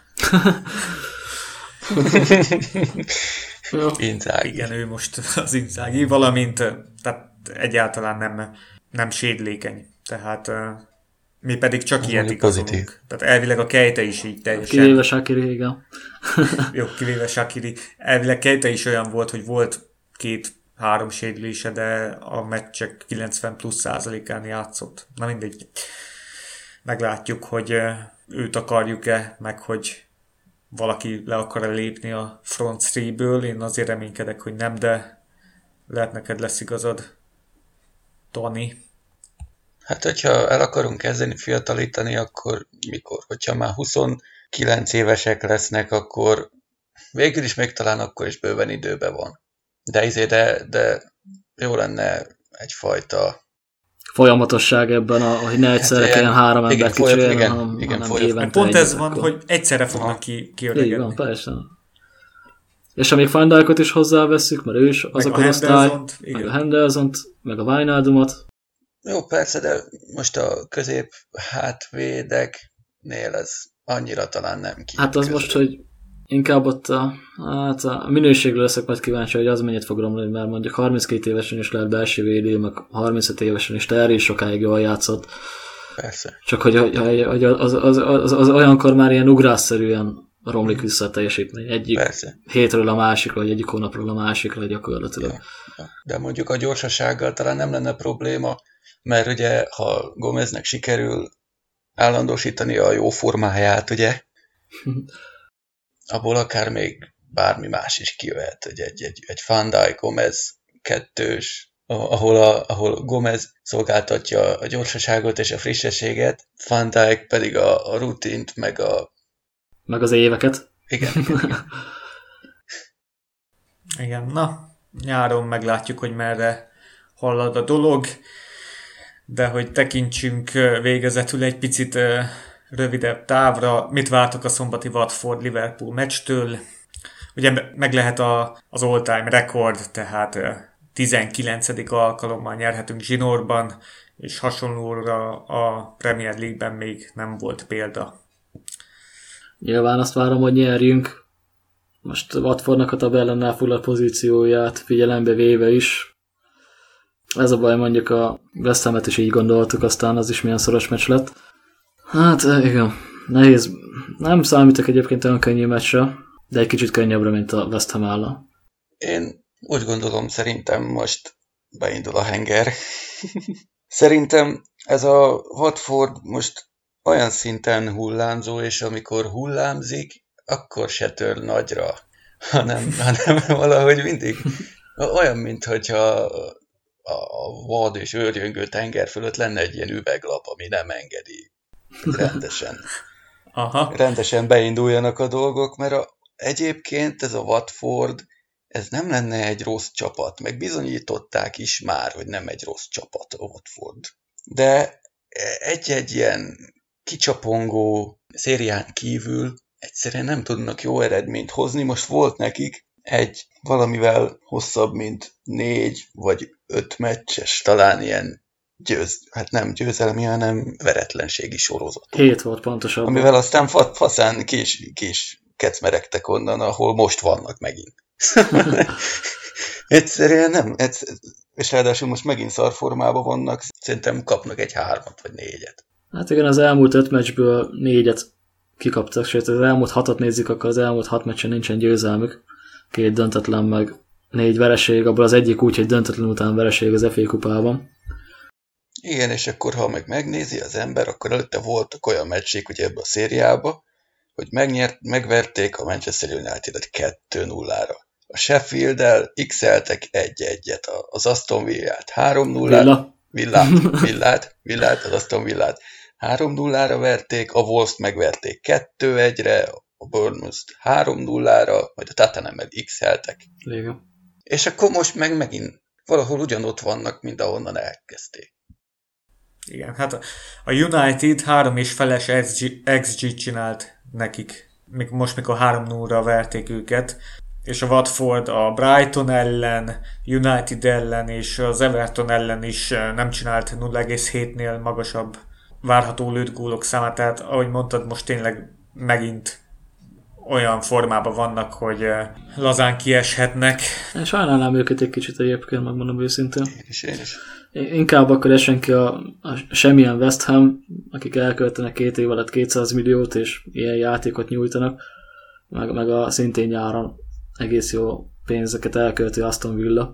Inzági. Igen, ő most az Inzági, valamint tehát egyáltalán nem sédlékeny. Tehát mi pedig csak ilyet igazolunk. Tehát elvileg a Keita is így teljesen... Kivéve Shaqiri, igen. Jó, kivéve Shaqiri. Elvileg Keita is olyan volt, hogy volt 2-3 sérülése, de a meccsek 90+%-án játszott. Na mindegy. Meglátjuk, hogy őt akarjuk-e, meg hogy valaki le akar lépni a front three-ből. Én azért reménykedek, hogy nem, de lehet neked lesz igazad, Tony. Hát, hogyha el akarunk kezdeni fiatalítani, akkor mikor? Hogyha már 29 évesek lesznek, akkor végül is még talán akkor is bőven időben van. De jó lenne egyfajta folyamatosság ebben, hogy ne egyszerre kelljen 3 embert kicsérni, hanem évente. Pont ez van, hogy egyszerre fognak kiöregedni. Így van, persze. És amíg Van Dijkot is hozzáveszünk, mert ő is az a korosztály, meg a Hendersont, meg a Wijnaldumot. Jó, persze, de most a közép hátvédeknél ez annyira talán nem ki. Hát az közül. Most, hogy inkább ott a minőségről leszek majd kíváncsi, hogy az mennyit fog romlani, mert mondjuk 32 évesen is lehet belső védő, meg 35 évesen is terri is sokáig jól játszott. Persze. Csak hogy az olyankor már ilyen ugrásszerűen romlik vissza a teljesítmény. Egyik hétről a másikra, vagy egyik hónapról a másikra gyakorlatilag. Ja. De mondjuk a gyorsasággal talán nem lenne probléma, mert ugye, ha Gomeznek sikerül állandósítani a jó formáját, ugye, abból akár még bármi más is kijöhet, hogy egy Van Dijk Gomez kettős, ahol Gomez szolgáltatja a gyorsaságot és a frissességet, Van Dijk pedig a rutint, meg az éveket. Igen. Igen, na, nyáron meglátjuk, hogy merre hallad a dolog, de hogy tekintsünk végezetül egy picit rövidebb távra. Mit vártok a szombati Watford-Liverpool meccstől? Ugye meg lehet az all-time rekord, tehát 19. alkalommal nyerhetünk zsinórban, és hasonlóra a Premier League-ben még nem volt példa. Nyilván azt várom, hogy nyerjünk. Most Watfordnak a tabellánál foglalt pozícióját figyelembe véve is. Ez a baj, mondjuk a West Hamet is így gondoltuk, aztán az is milyen szoros meccs lett. Hát igen, nehéz. Nem számítok egyébként olyan könnyű meccsre, de egy kicsit könnyebbre, mint a West Ham ellen. Én úgy gondolom, szerintem most beindul a henger. Szerintem ez a Watford most olyan szinten hullámzó, és amikor hullámzik, akkor se tör nagyra, hanem valahogy mindig olyan, mintha a vad és őrjöngő tenger fölött lenne egy ilyen üveglap, ami nem engedi rendesen beinduljanak a dolgok, mert egyébként ez a Watford, ez nem lenne egy rossz csapat, meg bizonyították is már, hogy nem egy rossz csapat a Watford. De egy-egy ilyen kicsapongó szérián kívül egyszerűen nem tudnak jó eredményt hozni. Most volt nekik egy valamivel hosszabb, mint 4 vagy 5 meccses, talán ilyen hát nem győzelmi, hanem veretlenségi sorozat. 7 volt pontosan. Amivel aztán faszán kis kecmeregtek onnan, ahol most vannak megint. Egyszerűen nem. És ráadásul most megint szarformában vannak, szerintem kapnak egy 3 vagy 4-et. Hát igen, az elmúlt 5 meccsből 4-et kikaptak, sőt az elmúlt 6-ot nézzük, akkor az elmúlt 6 meccsen nincsen győzelmük. 2 döntetlen, meg 4 vereség, abból az egyik úgy, hogy döntetlen után vereség az FA kupában. Igen, és akkor ha megnézi az ember, akkor előtte voltak olyan meccsék ugye ebbe a szériába, hogy megverték a Manchester United-et 2-0-ra. A Sheffield-el x-eltek 1-1-et, az Aston Villát 3-0-ra. Villát, az Aston Villát 3-0-ra verték, a Wolves megverték 2-1-re, a Bournemouth 3-0-ra, majd a Tottenhammel x-eltek. Igen. És akkor most megint valahol ugyanott vannak, mint ahonnan elkezdték. Igen, hát a United 3,5-es XG csinált nekik, most mikor 3-0-ra verték őket, és a Watford a Brighton ellen, United ellen és az Everton ellen is nem csinált 0,7-nél magasabb várható lőtt gólok számát, tehát ahogy mondtad, most tényleg megint olyan formában vannak, hogy lazán kieshetnek. Én sajnálnám őket egy kicsit egyébként, megmondom őszintén. Én is. Inkább akkor essen ki a semmilyen West Ham, akik elköltenek 2 év alatt 200 milliót, és ilyen játékot nyújtanak, meg a szintén nyáron egész jó pénzeket elköltő Aston Villa.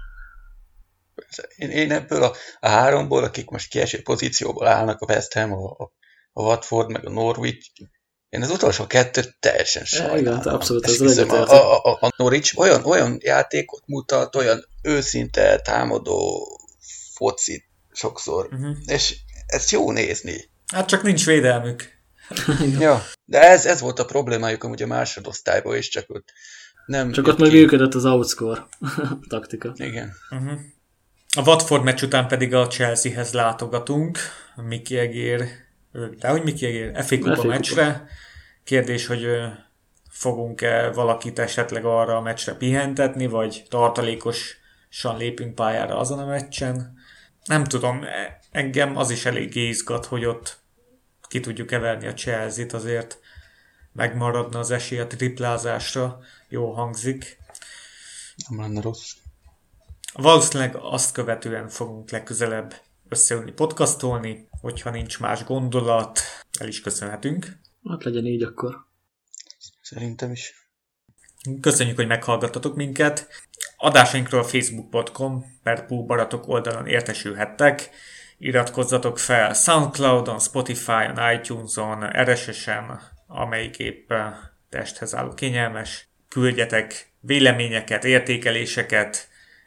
Én ebből a 3-ból, akik most kieső pozícióból állnak, a West Ham, a Watford, meg a Norwich, én az utolsó 2 teljesen sajnálom. Igen, abszolút ez a Norwich olyan játékot mutat, olyan őszinte támadó focit sokszor, és ezt jó nézni. Hát csak nincs védelmük. Ja, de ez volt a problémájuk amúgy a másodosztályban is, csak ott nem... Csak ott meg működött az outscore taktika. Igen. A Watford meccs után pedig a Chelseahez látogatunk. Miki Egér, FA Kupa meccsre. Kérdés, hogy fogunk-e valakit esetleg arra a meccsre pihentetni, vagy tartalékosan lépünk pályára azon a meccsen. Nem tudom, engem az is eléggé izgat, hogy ott ki tudjuk everni a Chelsea-t, azért megmaradna az esély a triplázásra. Jó hangzik. Nem lenne rossz. Valószínűleg azt követően fogunk legközelebb összeülni podcastolni, hogyha nincs más gondolat, el is köszönhetünk. Hát legyen így akkor. Szerintem is. Köszönjük, hogy meghallgattatok minket. Adásainkról a facebook.com/Baratok oldalon értesülhettek. Iratkozzatok fel Soundcloudon, Spotify-on, iTunes-on, RSS-en, amelyik épp testhez álló kényelmes. Küldjetek véleményeket, értékeléseket.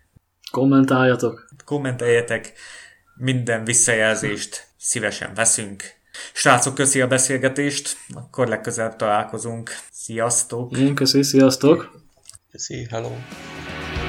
Kommentáljatok. Minden visszajelzést szívesen veszünk. Srácok, köszi a beszélgetést, akkor legközelebb találkozunk. Sziasztok! Én köszi, sziasztok! Köszi, hello!